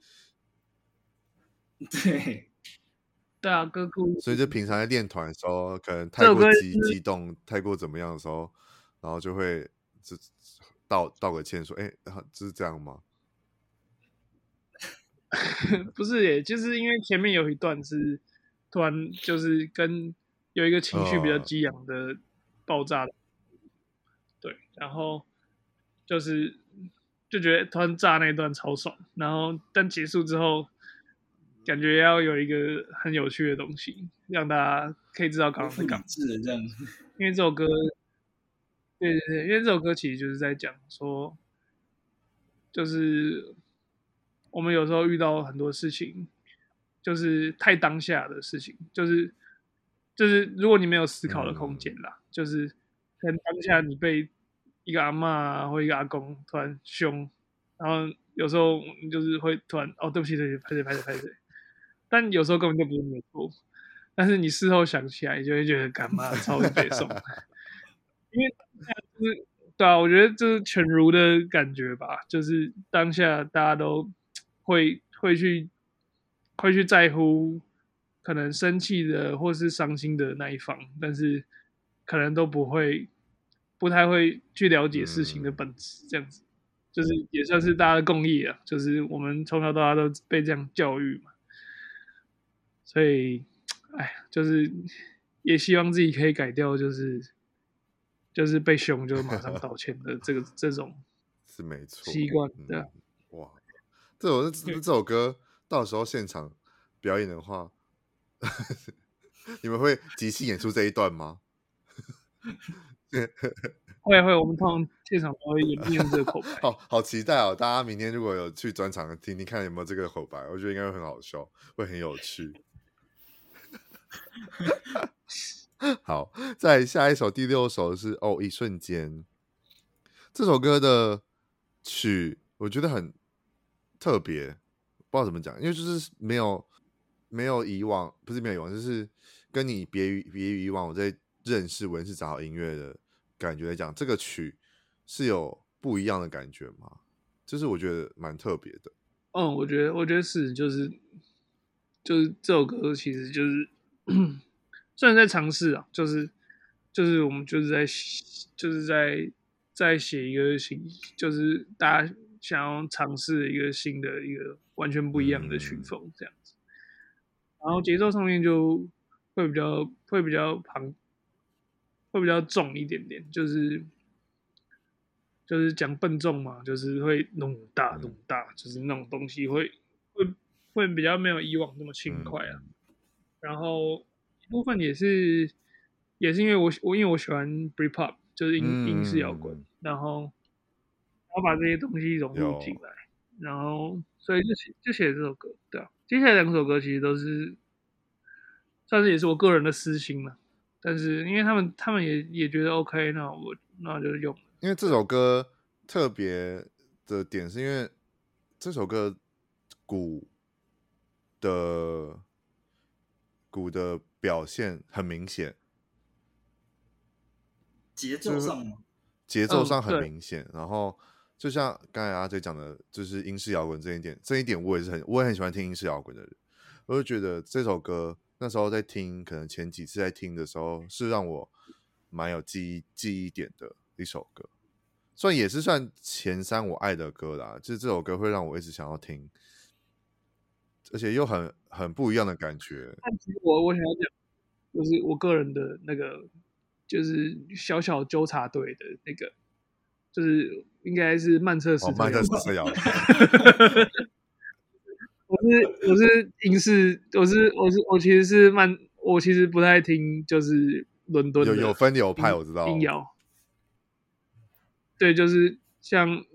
对， 对啊，歌故意。 所以就平常在练团的时候，可能太过激激动，太过怎么样的时候，然后就会就道道个歉，说：“哎、欸，这是这样吗？” 不是耶，就是因为前面有一段是突然就是跟有一个情绪比较激昂的爆炸的，呃、对，然后就是就觉得突然炸那一段超爽，然后但结束之后。感觉要有一个很有趣的东西，让大家可以知道刚刚在干嘛。 这样， 因为这首歌，对对对，因为这首歌其实就是在讲说，就是我们有时候遇到很多事情，就是太当下的事情，就是就是如果你没有思考的空间啦，嗯、就是可能当下你被一个阿嬷、啊、或一个阿公突然凶，然后有时候你就是会突然哦，对不起，对不起，拍谁拍谁拍谁。但有时候根本就不是你的错，但是你事后想起来，你就会觉得干嘛超级北宋，因为就是对啊，我觉得这是犬儒的感觉吧，就是当下大家都会会去会去在乎可能生气的或是伤心的那一方，但是可能都不会不太会去了解事情的本质，这样子，就是也算是大家的共业啊，就是我们从小到大都被这样教育嘛。所以，哎，就是也希望自己可以改掉，就是就是被凶就马上道歉的这个这种是没错习惯，对、啊嗯。哇，这首这首歌到时候现场表演的话，你们会即兴演出这一段吗？ 会会，我们通常现场都会演练这个口白。 好好期待哦！大家明天如果有去专场听听看有没有这个口白，我觉得应该会很好笑，会很有趣。好，再下一首第六首是哦，一瞬间。这首歌的曲我觉得很特别，不知道怎么讲，因为就是没有没有以往，不是没有以往，就是跟你别于别于以往我在认识文士杂好音乐的感觉来讲，这个曲是有不一样的感觉吗？就是我觉得蛮特别的。 嗯，我觉得我觉得是，就是就是这首歌其实就是虽然在尝试啊，就是就是我们就是在就是在在写一个新，就是大家想要尝试一个新的一个完全不一样的曲风这样子，然后节奏上面就会比较会比较庞会比较重一点点，就是就是讲笨重嘛，就是会弄大弄大，就是那种东西会会会比较没有以往那么轻快啊。然后一部分也是也是因为我我因为我喜欢 Britpop， 就是英英式摇滚，然后然后把这些东西融入进来，然后所以就写就写这首歌，对啊。接下来两首歌其实都是算是也是我个人的私心嘛，但是因为他们他们也也觉得 OK， 那我那我就用。 因为这首歌特别的点是因为这首歌鼓的鼓的表现很明显， 节奏上吗？ 节奏上很明显，嗯、然后就像刚才阿 J 讲的，就是英式摇滚这一点，这一点我也是很，我也很喜欢听英式摇滚的人。我就觉得这首歌那时候在听，可能前几次在听的时候，是让我蛮有记忆记忆点的一首歌，算也是算前三我爱的歌啦。就是这首歌会让我一直想要听，而且又很很不一样的感觉。 但其实我我想要讲，就是我个人的那个，就是小小纠察队的那个，就是应该是曼彻斯特、哦、 曼彻斯特摇滚。 我是我是英式，我是我是我其实是曼，我其实不太听就是伦敦的有有分流派，我知道音摇。对，就是像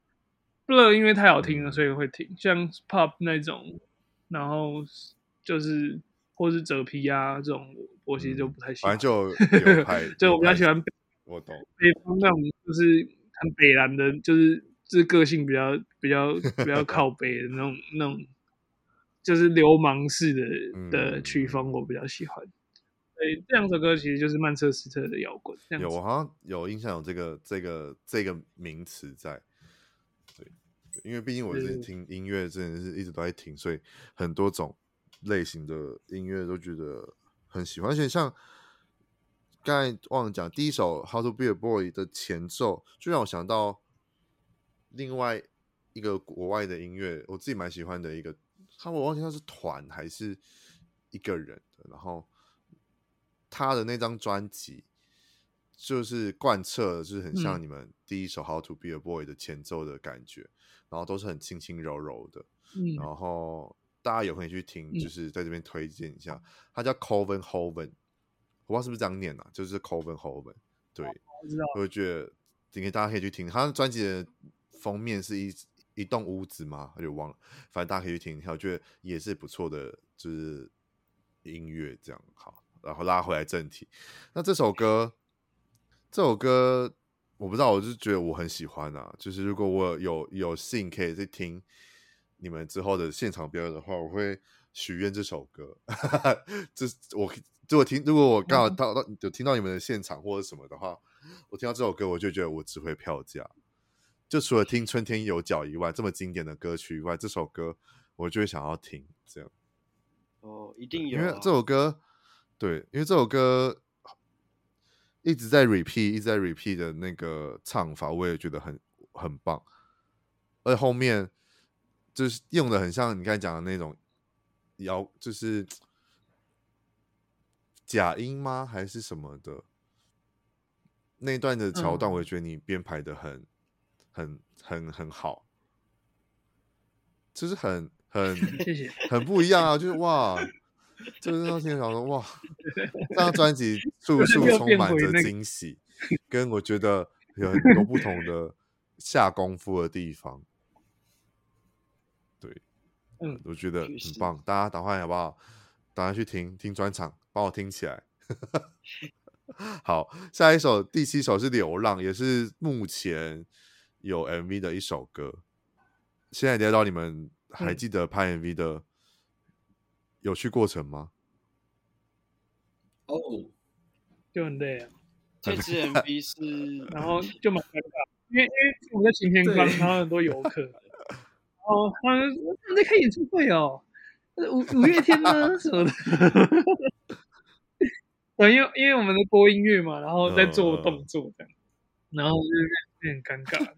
Blur 因为太好听了，所以会听。像 Pop 那种，然后就是或是哲皮啊这种，我其实就不太喜欢。 反正就流派， 就我比较喜欢。 我懂。 北方那种就是很北蓝的，就是就是个性比较比较比较靠北的那种那种。就是流氓式的的曲风，我比较喜欢。所以这两首歌其实就是曼彻斯特的摇滚。 有，我好像有印象有这个这个这个名词在。对，因为毕竟我是听音乐，真的是一直都在听，所以很多种类型的音乐都觉得很喜欢。而且像刚才忘了讲，第一首《How to Be a Boy》的前奏，就让我想到另外一个国外的音乐，我自己蛮喜欢的一个。他我忘记他是团还是一个人的，然后他的那张专辑就是贯彻，就是很像你们第一首《How to Be a Boy》的前奏的感觉，然后都是很轻轻柔柔的，嗯、然后大家有可以去听，就是在这边推荐一下，他叫 Colvin Hoven， 我不知道是不是这样念啊，就是 Colvin Hoven， 对，我就觉得今天大家可以去听，他的专辑的封面是一。一栋屋子吗？我就忘了，反正大家可以去听一下，我觉得也是不错的，就是音乐这样。好，然后拉回来正题，那这首歌，这首歌我不知道，我就觉得我很喜欢啊。就是如果我有有幸可以去听你们之后的现场表演的话，我会许愿这首歌。这我如果听，如果我刚好到到有听到你们的现场或者什么的话，我听到这首歌，我就觉得我值回票价。就除了听春天有脚以外，这么经典的歌曲以外，这首歌我就会想要听。这样哦，一定有、啊， 因为这首歌，对，因为这首歌一直在 repeat， 一直在 repeat 的那个唱法，我也觉得很很棒。而且后面就是用的很像你刚才讲的那种摇，就是假音吗？还是什么的？那一段的桥段，我也觉得你编排的很。嗯很很很好，就是很很谢谢， 很不一样啊！就是哇，就是那天想说哇，这张专辑处处充满着惊喜，跟我觉得有很多不同的下功夫的地方。对，嗯，我觉得很棒，大家赶快好不好？赶快去听听专场，帮我听起来。好，下一首第七首是《流浪》，也是目前。有 M V 的一首歌，现在聊到你们还记得拍 M V 的有趣过程吗？ 哦， 就很累啊。 这支 M V 是， 然后就蛮尴尬，因为因为我们在晴天岗，然后很多游客，然后他们他们在开演唱会哦，五五月天呢什么的。对，因为因为我们在播音乐嘛，然后在做动作这样，然后就是很尴尬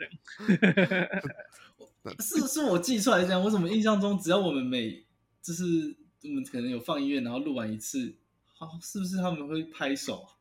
的。是是我记出来这样，我怎么印象中只要我们每就是我们可能有放音乐，然后录完一次，好，是不是他们会拍手啊？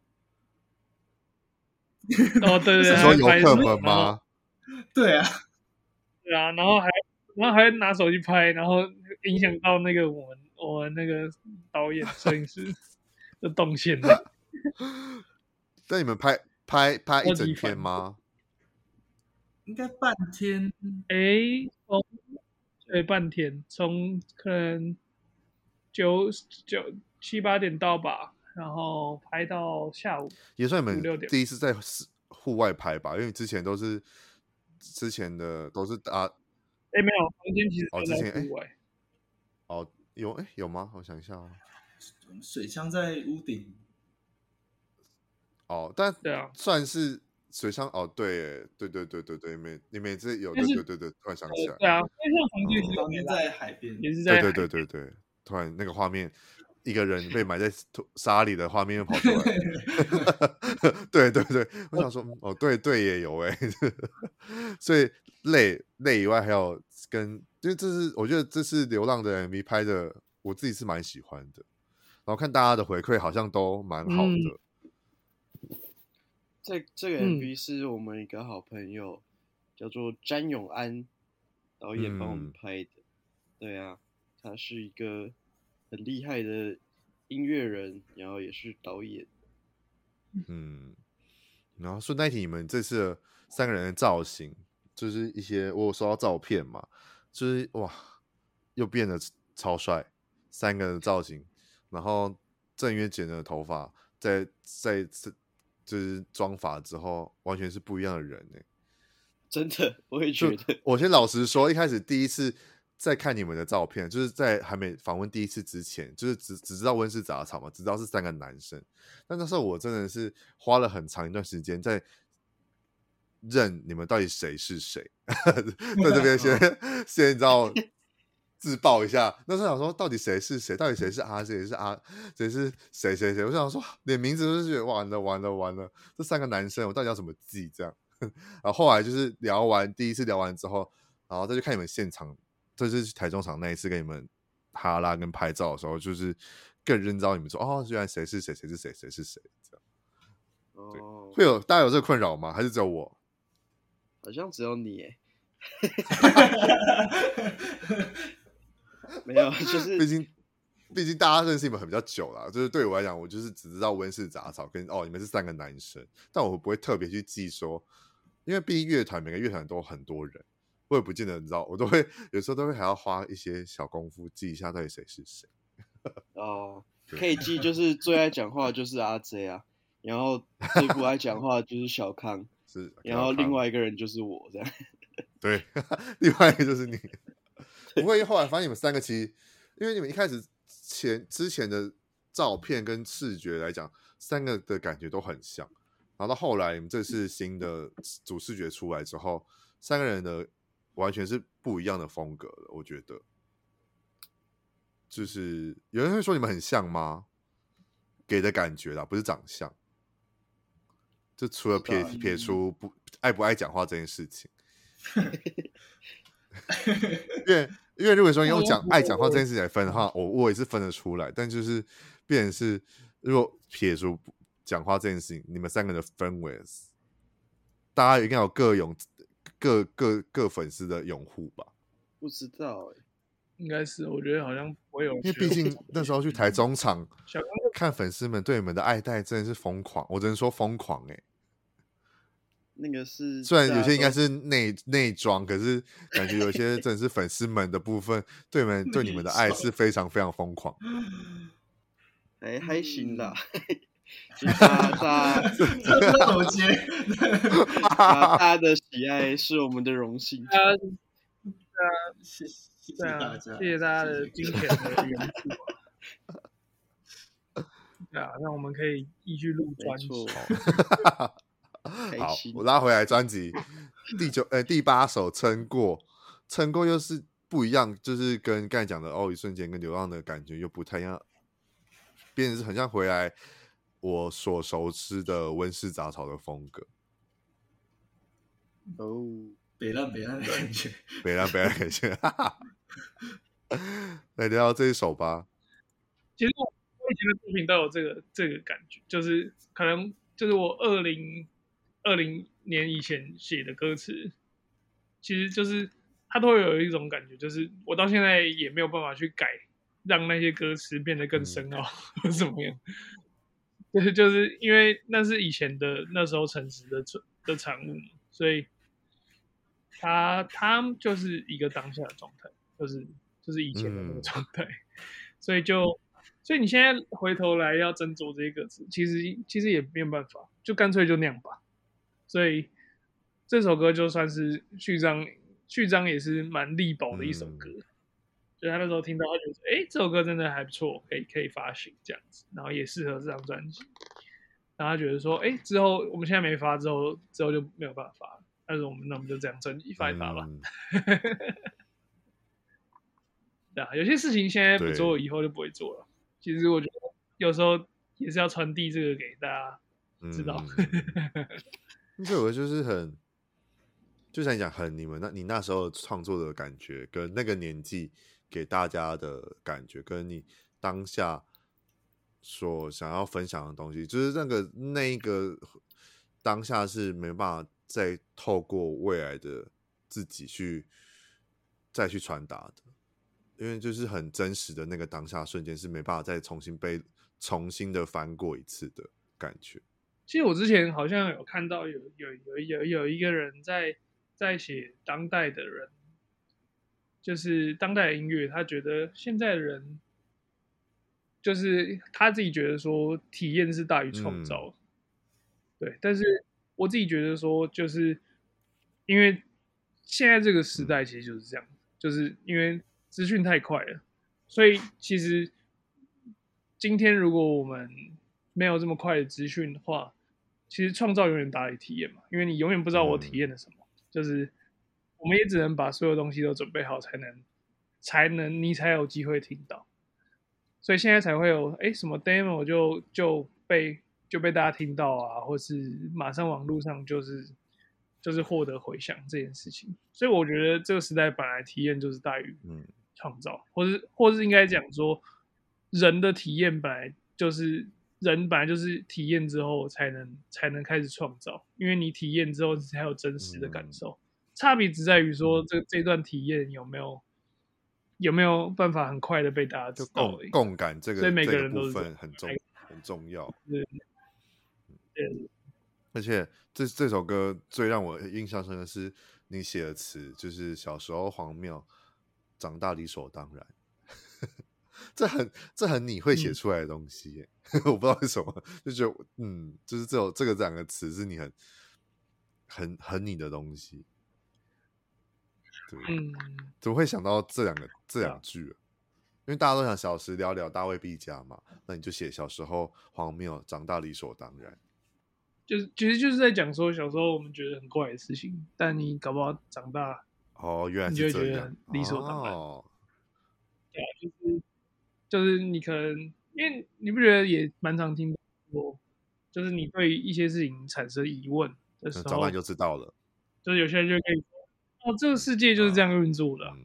哦，对对对， 你说游客们吗？ 对啊， 对啊，然后还然后还拿手机拍，然后影响到那个我们我们那个导演摄影师的动线的。 那你们拍拍拍一整天吗？ 应该半天。 哎，从对半天，从可能九九七八点到吧，然后拍到下午， 也算你们第一次在户外拍吧，因为之前都是之前的都是啊， 哎没有，房间其实哦之前户外， 哦有哎有吗？我想一下哦， 水枪在屋顶。 哦，但对啊， 算是水上哦，对对对对对对，你们你们也是有对对对对，突然想起来， 对啊，因为像房间房间在海边， 也是在对对对对对，突然那个画面，一个人被埋在沙里的画面又跑出来，对对对，我想说哦，对对也有哎，所以累累以外还有跟，因为这是我觉得这是流浪的 M V 拍的，我自己是蛮喜欢的，然后看大家的回馈好像都蛮好的。嗯这这个 M V 是我们一个好朋友、嗯、叫做詹永安导演帮我们拍的、嗯，对啊，他是一个很厉害的音乐人，然后也是导演。 嗯，然后顺带提，你们这次的三个人的造型，就是一些我有收到照片嘛，就是哇，又变得超帅，三个人的造型，然后郑渊剪的头发，在在就是妆发之后，完全是不一样的人哎、欸， 真的，我也觉得。 我先老实说，一开始第一次在看你们的照片，就是在还没访问第一次之前，就是只只知道温室杂草嘛，只知道是三个男生，但那时候我真的是花了很长一段时间在认你们到底谁是谁，在这边先先你知道。自爆一下，那时候想说到底谁是谁，到底谁是阿，谁是阿，谁是谁谁谁，我想说连名字都是觉得完了完了完了，这三个男生我到底要怎么记这样？然后后来就是聊完第一次聊完之后，然后再去看你们现场，这就是台中场那一次跟你们哈拉跟拍照的时候，就是更认知到你们说哦，原来谁是谁，谁是谁，谁是谁这样。哦，会有大家有这个困扰吗？还是只有我？ 好像只有你耶。没有，就是毕竟毕竟大家认识你们很比较久啦，就是对我来讲，我就是只知道温室杂草跟哦你们是三个男生，但我不会特别去记说，因为毕竟乐团每个乐团都很多人，我也不见得你知道，我都会有时候都会还要花一些小功夫记一下到底谁是谁。 哦，可以记，就是最爱讲话就是阿 J 啊，然后最不爱讲话就是小康， 是， 然后另外一个人就是我这样。 对，另外一个就是你。不会，后来发现你们三个其实，因为你们一开始前之前的照片跟视觉来讲，三个的感觉都很像，然后到后来你们这次新的主视觉出来之后，三个人的完全是不一样的风格了。我觉得，就是有人会说你们很像吗？给的感觉啦，不是长相。就除了撇撇出不爱不爱讲话这件事情。因为因为如果说用讲爱讲话这件事情来分的话，我我也是分得出来，但就是变成是如果撇除讲话这件事情，你们三个的氛围，大家应该有各拥各各各粉丝的拥护吧？ 不知道哎、欸， 应该是，我觉得好像不会有， 因为毕竟那时候去台中场看粉丝们对你们的爱戴真的是疯狂，我只能说疯狂哎、欸。 那个是虽然有些应该是内内装，可是感觉有些真的是粉丝们的部分对你们对你们的爱是非常非常疯狂。 还还行啦，就是大家这怎么接？ 大家的喜爱是我们的荣幸。 啊，对啊， 谢谢大家， 谢谢大家的金钱的援助。对啊，让我们可以继续录专辑。 好，我拉回来专辑第九呃第八首撑过，撑过又是不一样，就是跟刚才讲的哦一瞬间跟流浪的感觉又不太一样，变成是很像回来我所熟知的温室杂草的风格。 哦， 北烂北烂的感觉， 北烂北烂的感觉。来聊聊这一首吧。 其实我以前的作品都有这个这个感觉，就是可能就是我二零。二零年以前写的歌词，其实就是它都会有一种感觉，就是我到现在也没有办法去改，让那些歌词变得更深奥或怎么样。就是就是因为那是以前的那时候诚实的的产物嘛，所以它它就是一个当下的状态，就是就是以前的那个状态，嗯、所以就所以你现在回头来要斟酌这些歌词，其实其实也没有办法，就干脆就那样吧。所以这首歌就算是序章，序章也是蛮力保的一首歌。嗯、所以他那时候听到，他觉得，哎，这首歌真的还不错，可以可以发行这样子，然后也适合这张专辑。然然后他觉得说，哎，之后我们现在没发，之后之后就没有办法了，但是我们那我们就这样专辑发一发吧。嗯对啊，有些事情现在不做，以后就不会做了。其实我觉得有时候也是要传递这个给大家知道。 这首歌就是很，就像你讲，很你们那你那时候创作的感觉，跟那个年纪给大家的感觉，跟你当下所想要分享的东西，就是那个那一个当下是没办法再透过未来的自己去再去传达的。因为就是很真实的那个当下瞬间是没办法再重新被重新的翻过一次的感觉。 其实我之前好像有看到有有有有有一个人在在写当代的人，就是当代的音乐，他觉得现在的人就是他自己觉得说体验是大于创造、嗯，对。但是我自己觉得说，就是因为现在这个时代其实就是这样，嗯、就是因为资讯太快了，所以其实今天如果我们没有这么快的资讯的话，其实创造永远大于体验嘛，因为你永远不知道我体验了什么、嗯，就是我们也只能把所有东西都准备好，才能才能你才有机会听到，所以现在才会有哎什么 demo 就就被就被大家听到啊，或是马上网络上就是就是获得回响这件事情，所以我觉得这个时代本来体验就是大于嗯。创造，或是或是应该讲说，人的体验本来就是人本来就是体验之后才能才能开始创造，因为你体验之后才有真实的感受，嗯、差别只在于说这这段体验有没有有没有办法很快的被大家知道而已。 共共感这个， 所以每个人都是、这个、部分很重很重要。 对，对。 而且这这首歌最让我印象深的是你写的词，就是小时候荒谬。长大理所当然，这很这很你会写出来的东西、嗯、我不知道为什么就觉得嗯，就是这种这个两个词是你很很很你的东西，对，嗯，怎么会想到这两个这两句、啊？因为大家都想小时了了，大未必佳嘛，那你就写小时候荒谬，长大理所当然， 就是其实就是在讲说小时候我们觉得很怪的事情，但你搞不好长大。 哦，原来是这样， 你就会觉得理所当然。哦、对啊，就是就是你可能，因为你不觉得也蛮常听过，就是你对一些事情产生疑问的时候， 长大就知道了。 就是有些人就可以说，哦，这个世界就是这样运作的、啊。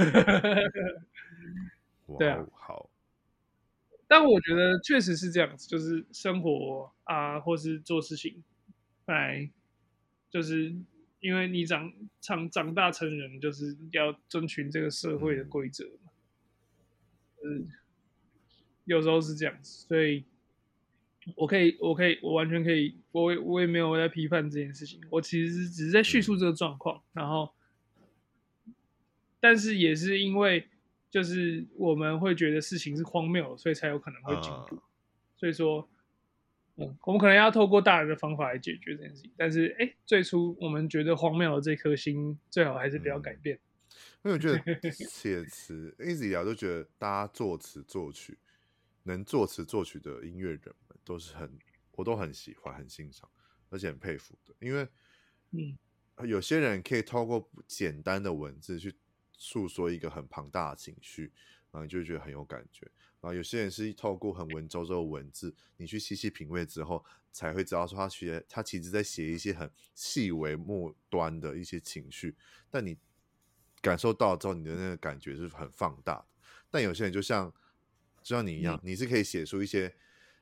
嗯、对啊， 好。 但我觉得确实是这样子，就是生活啊，或是做事情，本来就是。因为你长长长大成人，就是要遵循这个社会的规则嘛，嗯，有时候是这样子，所以我可以，我可以，我完全可以，我我也没有在批判这件事情，我其实只是在叙述这个状况，然后，但是也是因为就是我们会觉得事情是荒谬，所以才有可能会进步，呃、所以说。嗯，我们可能要透过大人的方法来解决这件事情，但是哎，最初我们觉得荒谬的这颗心，最好还是不要改变。 嗯、因为我觉得写词一直以来都觉得，大家作词作曲能作词作曲的音乐人们都是很，我都很喜欢、很欣赏，而且很佩服的。因为嗯，有些人可以透过简单的文字去诉说一个很庞大的情绪，然后你就会觉得很有感觉。然后有些人是透过很文绉绉的文字，你去细细品味之后，才会知道说他学他其实在写一些很细微末端的一些情绪，但你感受到之后，你的那个感觉是很放大的。但有些人就像就像你一样，嗯、你是可以写出一些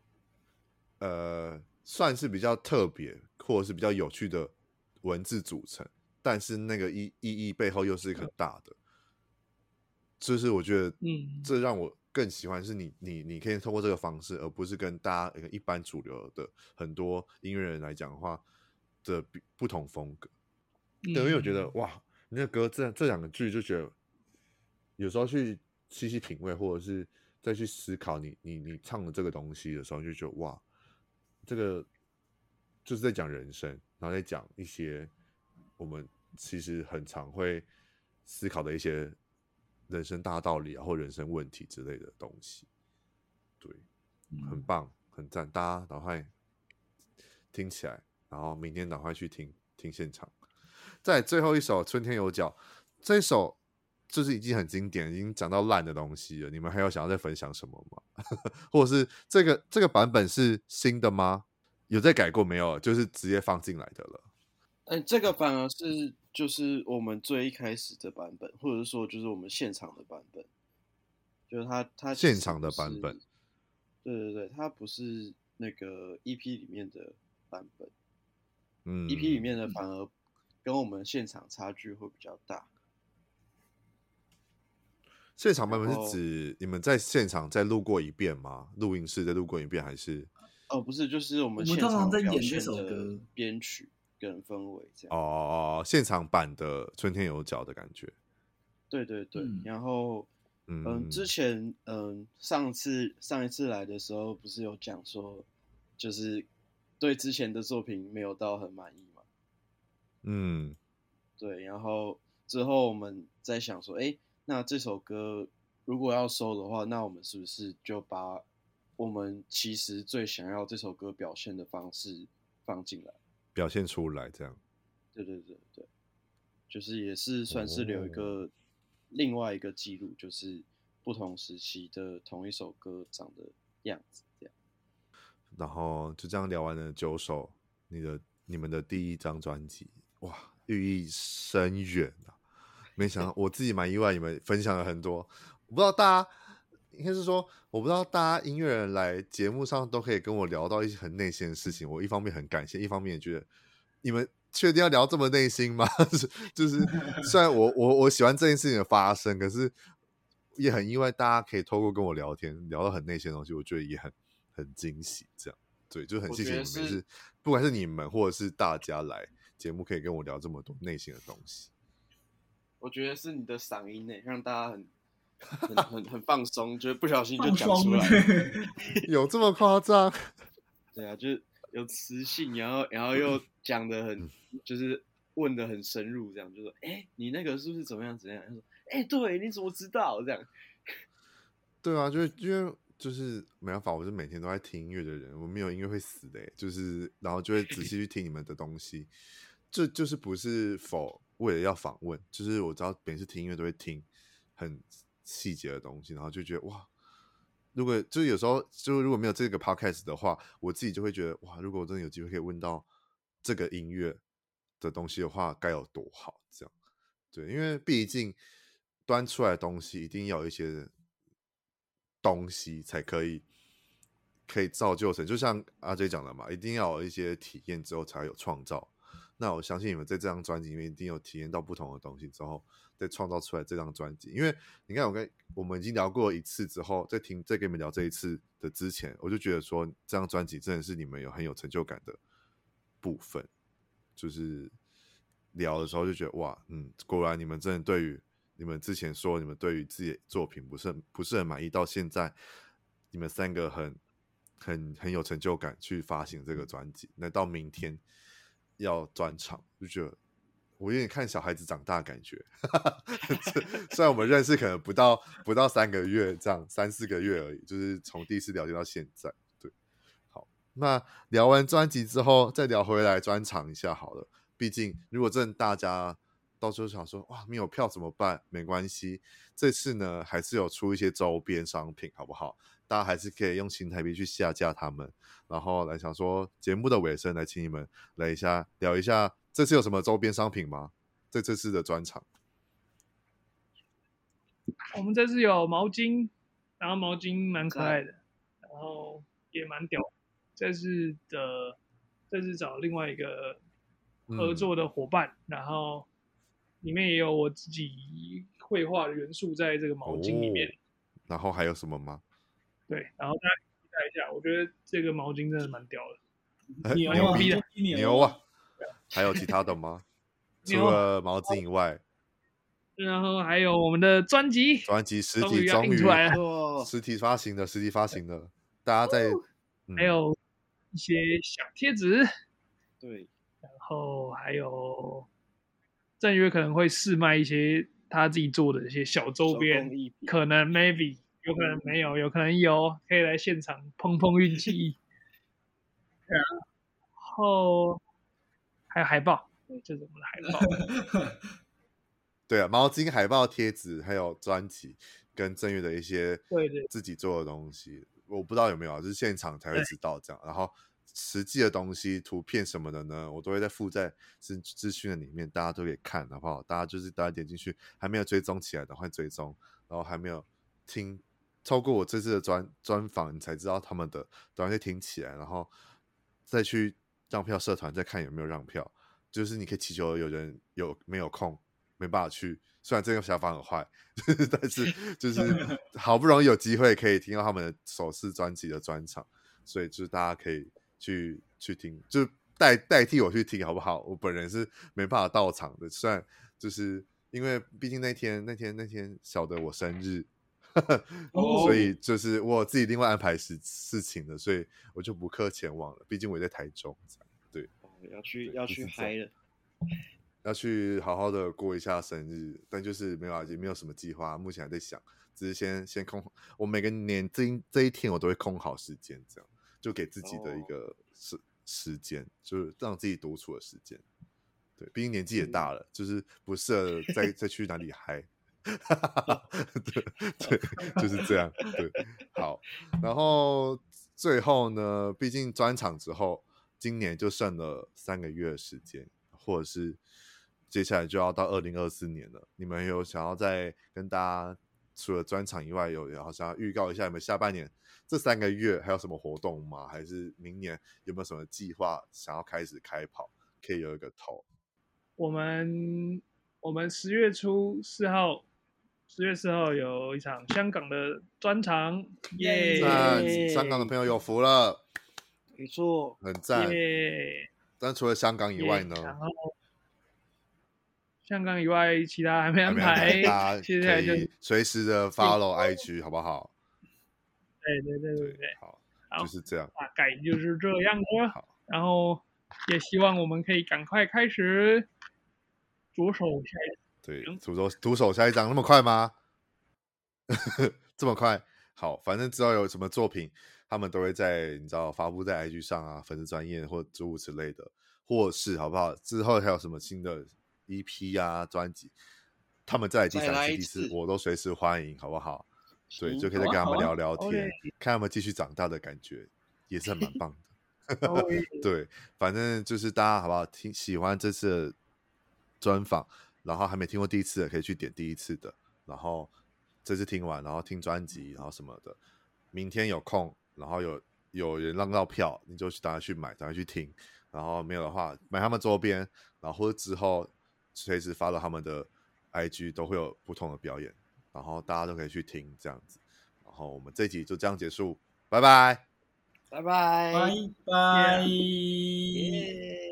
呃算是比较特别或者是比较有趣的文字组成，但是那个意意义背后又是很大的。就是我觉得，嗯，这让我更喜欢是你，你你可以透过这个方式，而不是跟大家一般主流的很多音乐人来讲的话的不同风格。嗯、对，因为我觉得哇，你那个歌这这两个句就觉得，有时候去细细品味，或者是再去思考你你你唱的这个东西的时候，就觉得哇，这个就是在讲人生，然后在讲一些我们其实很常会思考的一些。人生大道理啊，或人生问题之类的东西，对，很棒，很赞，大家赶快听起来，然后明天赶快去听听现场。再最后一首《春天有脚》，这一首就是已经很经典，已经讲到烂的东西了。你们还有想要再分享什么吗？或者是这个这个版本是新的吗？有再改过没有？就是直接放进来的了。 嗯，这个反而是就是我们最一开始的版本，或者是说就是我们现场的版本，就是它它现场的版本。 对对对，它不是那个 E P 里面的版本。 嗯 ，E P 里面的反而跟我们现场差距会比较大。 现场版本是指你们在现场再录过一遍吗？录音室再录过一遍还是？ 哦，不是，就是我们现场表现的编曲跟氛围这样。 哦哦哦，现场版的《春天有脚》的感觉。 对对对，嗯、然后嗯、呃，之前嗯、呃、上次上一次来的时候，不是有讲说，就是对之前的作品没有到很满意嘛。嗯，对，然后之后我们在想说，哎。那这首歌如果要收的话，那我们是不是就把我们其实最想要这首歌表现的方式放进来， 表现出来，这样？ 对对对对，就是也是算是留一个另外一个记录，就是不同时期的同一首歌长的样子这样。 然后就这样聊完了九首，你的你们的第一张专辑，哇，寓意深远啊！没想到，我自己蛮意外，你们分享了很多。我不知道大家，应该是说，我不知道大家音乐人来节目上都可以跟我聊到一些很内心的事情。我一方面很感谢，一方面也觉得，你们确定要聊这么内心吗？就是虽然我我我喜欢这件事情的发生，可是也很意外，大家可以透过跟我聊天，聊到很内心的东西，我觉得也很很惊喜。这样，对，就很谢谢你们，是, 是不管是你们或者是大家来节目，可以跟我聊这么多内心的东西。 我觉得是你的嗓音诶，让大家很很很很放松，就是不小心就讲出来了。 有这么夸张？ 对啊，就是有磁性，然后然后又讲的很，就是问的很深入，这样就说，哎、欸，你那个是不是怎么样怎么样？他说，哎、欸，对，你怎么知道？这样。 对啊，就是因为就是没办法，我是每天都在听音乐的人，我没有音乐会死的，就是然后就会仔细去听你们的东西，这就是不是否。为了要访问，就是我知道每次听音乐都会听很细节的东西，然后就觉得哇，如果就是有时候就如果没有这个 podcast 的话，我自己就会觉得哇，如果我真的有机会可以问到这个音乐的东西的话，该有多好。这样，对，因为毕竟端出来的东西一定要有一些东西才可以可以造就成，就像阿 J 讲的嘛，一定要有一些体验之后才有创造。那我相信你们在这张专辑里面一定有体验到不同的东西之后，再创造出来这张专辑。因为你看，我跟我们已经聊过一次之后，再听再跟你们聊这一次的之前，我就觉得说这张专辑真的是你们有很有成就感的部分。就是聊的时候就觉得哇，嗯，果然你们真的对于你们之前说你们对于自己的作品不是很不是很满意，到现在你们三个很很很有成就感去发行这个专辑，那到明天要专场，就觉得我有点看小孩子长大的感觉。虽然我们认识可能不到不到三个月，这样三四个月而已，就是从第一次了解到现在。对，好，那聊完专辑之后，再聊回来专场一下好了。毕竟如果真的大家到时候想说哇没有票怎么办？没关系，这次呢还是有出一些周边商品，好不好？大家还是可以用新台币去下架他们，然后来想说节目的尾声来请你们来一下聊一下这次有什么周边商品吗？在这次的专场， 我们这次有毛巾，然后毛巾蛮可爱的，然后也蛮屌的。这次的这次找另外一个合作的伙伴，嗯、然后里面也有我自己绘画的元素在这个毛巾里面。哦、 然后还有什么吗？ 对，然后大家期待一下，我觉得这个毛巾真的蛮屌的， 牛牛逼的牛啊！还有其他的吗？除了毛巾以外， 然后还有我们的专辑， 专辑实体终于出来了， 实体发行的，实体发行的，大家在、 嗯、还有一些小贴纸， 对， 然后还有郑约可能会试卖一些他自己做的一些小周边，可能 maybe。有可能没有，有可能有，可以来现场碰碰运气。然后还有海报，对，这是我们的海报。 对啊，毛巾、海报、贴纸，还有专辑跟正月的一些对对自己做的东西，我不知道有没有啊，就是现场才会知道这样。然后实际的东西、图片什么的呢，我都会再附在资资讯的里面，大家都可以看，好不好？大家就是大家点进去，还没有追踪起来的，快追踪，然后还没有听，透过我这次的专专访，你才知道他们的，赶快听起来，然后再去让票社团再看有没有让票，就是你可以祈求有人有没有空。没办法去，虽然这个想法很坏，但是就是好不容易有机会可以听到他们的首次专辑的专场，所以就是大家可以去去听，就代代替我去听好不好？我本人是没办法到场的，虽然就是因为毕竟那天那天那天晓得我生日， 哦所以就是我自己另外安排事事情的，所以我就不客前往了。毕竟我也在台中，对， 要去要去嗨了。 要去好好的过一下生日，但就是没有啊，也没有什么计划，目前还在想，只是先先空。我每个年这一这一天我都会空好时间，这样就给自己的一个时、哦、时间，就是让自己独处的时间。对，毕竟年纪也大了，嗯、就是不适合再再去哪里嗨。对对，就是这样。对，好，然后最后呢，毕竟专场之后，今年就剩了三个月的时间，或者是。接下来就要到二零二四年了，你们有想要再跟大家除了专场以外，有好像要预告一下你们下半年这三个月还有什么活动吗？还是明年有没有什么计划想要开始开跑，可以有一个头？ 我们我们十月初四号，十月四号有一场香港的专场，耶、 yeah! 香港的朋友有福了， 没错， 很赞。 耶、 但除了香港以外呢？ 然后香港以外，其他还没安排， 大家可以随时的 follow I G 好不好？ 对对对对对， 好，就是这样， 大概就是这样的。好，然后也希望我们可以赶快开始着手下一对，徒手徒手下一张，那么快吗？这么快？好，反正之后有什么作品，他们都会在你知道发布在 I G 上啊，粉丝专页或诸如此类的，或是好不好？之后还有什么新的 E P 啊专辑，他们再来第三次、第四，我都随时欢迎，好不好？对，就可以再跟他们聊聊天，啊啊、看他们继续长大的感觉，也是很蛮棒的。对，反正就是大家好不好？听喜欢这次的专访，然后还没听过第一次的，可以去点第一次的，然后这次听完，然后听专辑，然后什么的。明天有空，然后有有人让到票，你就赶快去买，赶快去听。然后没有的话，买他们周边，然后或者之后随时发到他们的 I G 都会有不同的表演，然后大家都可以去听这样子。然后我们这一集就这样结束，拜拜， 拜拜， 拜拜。 耶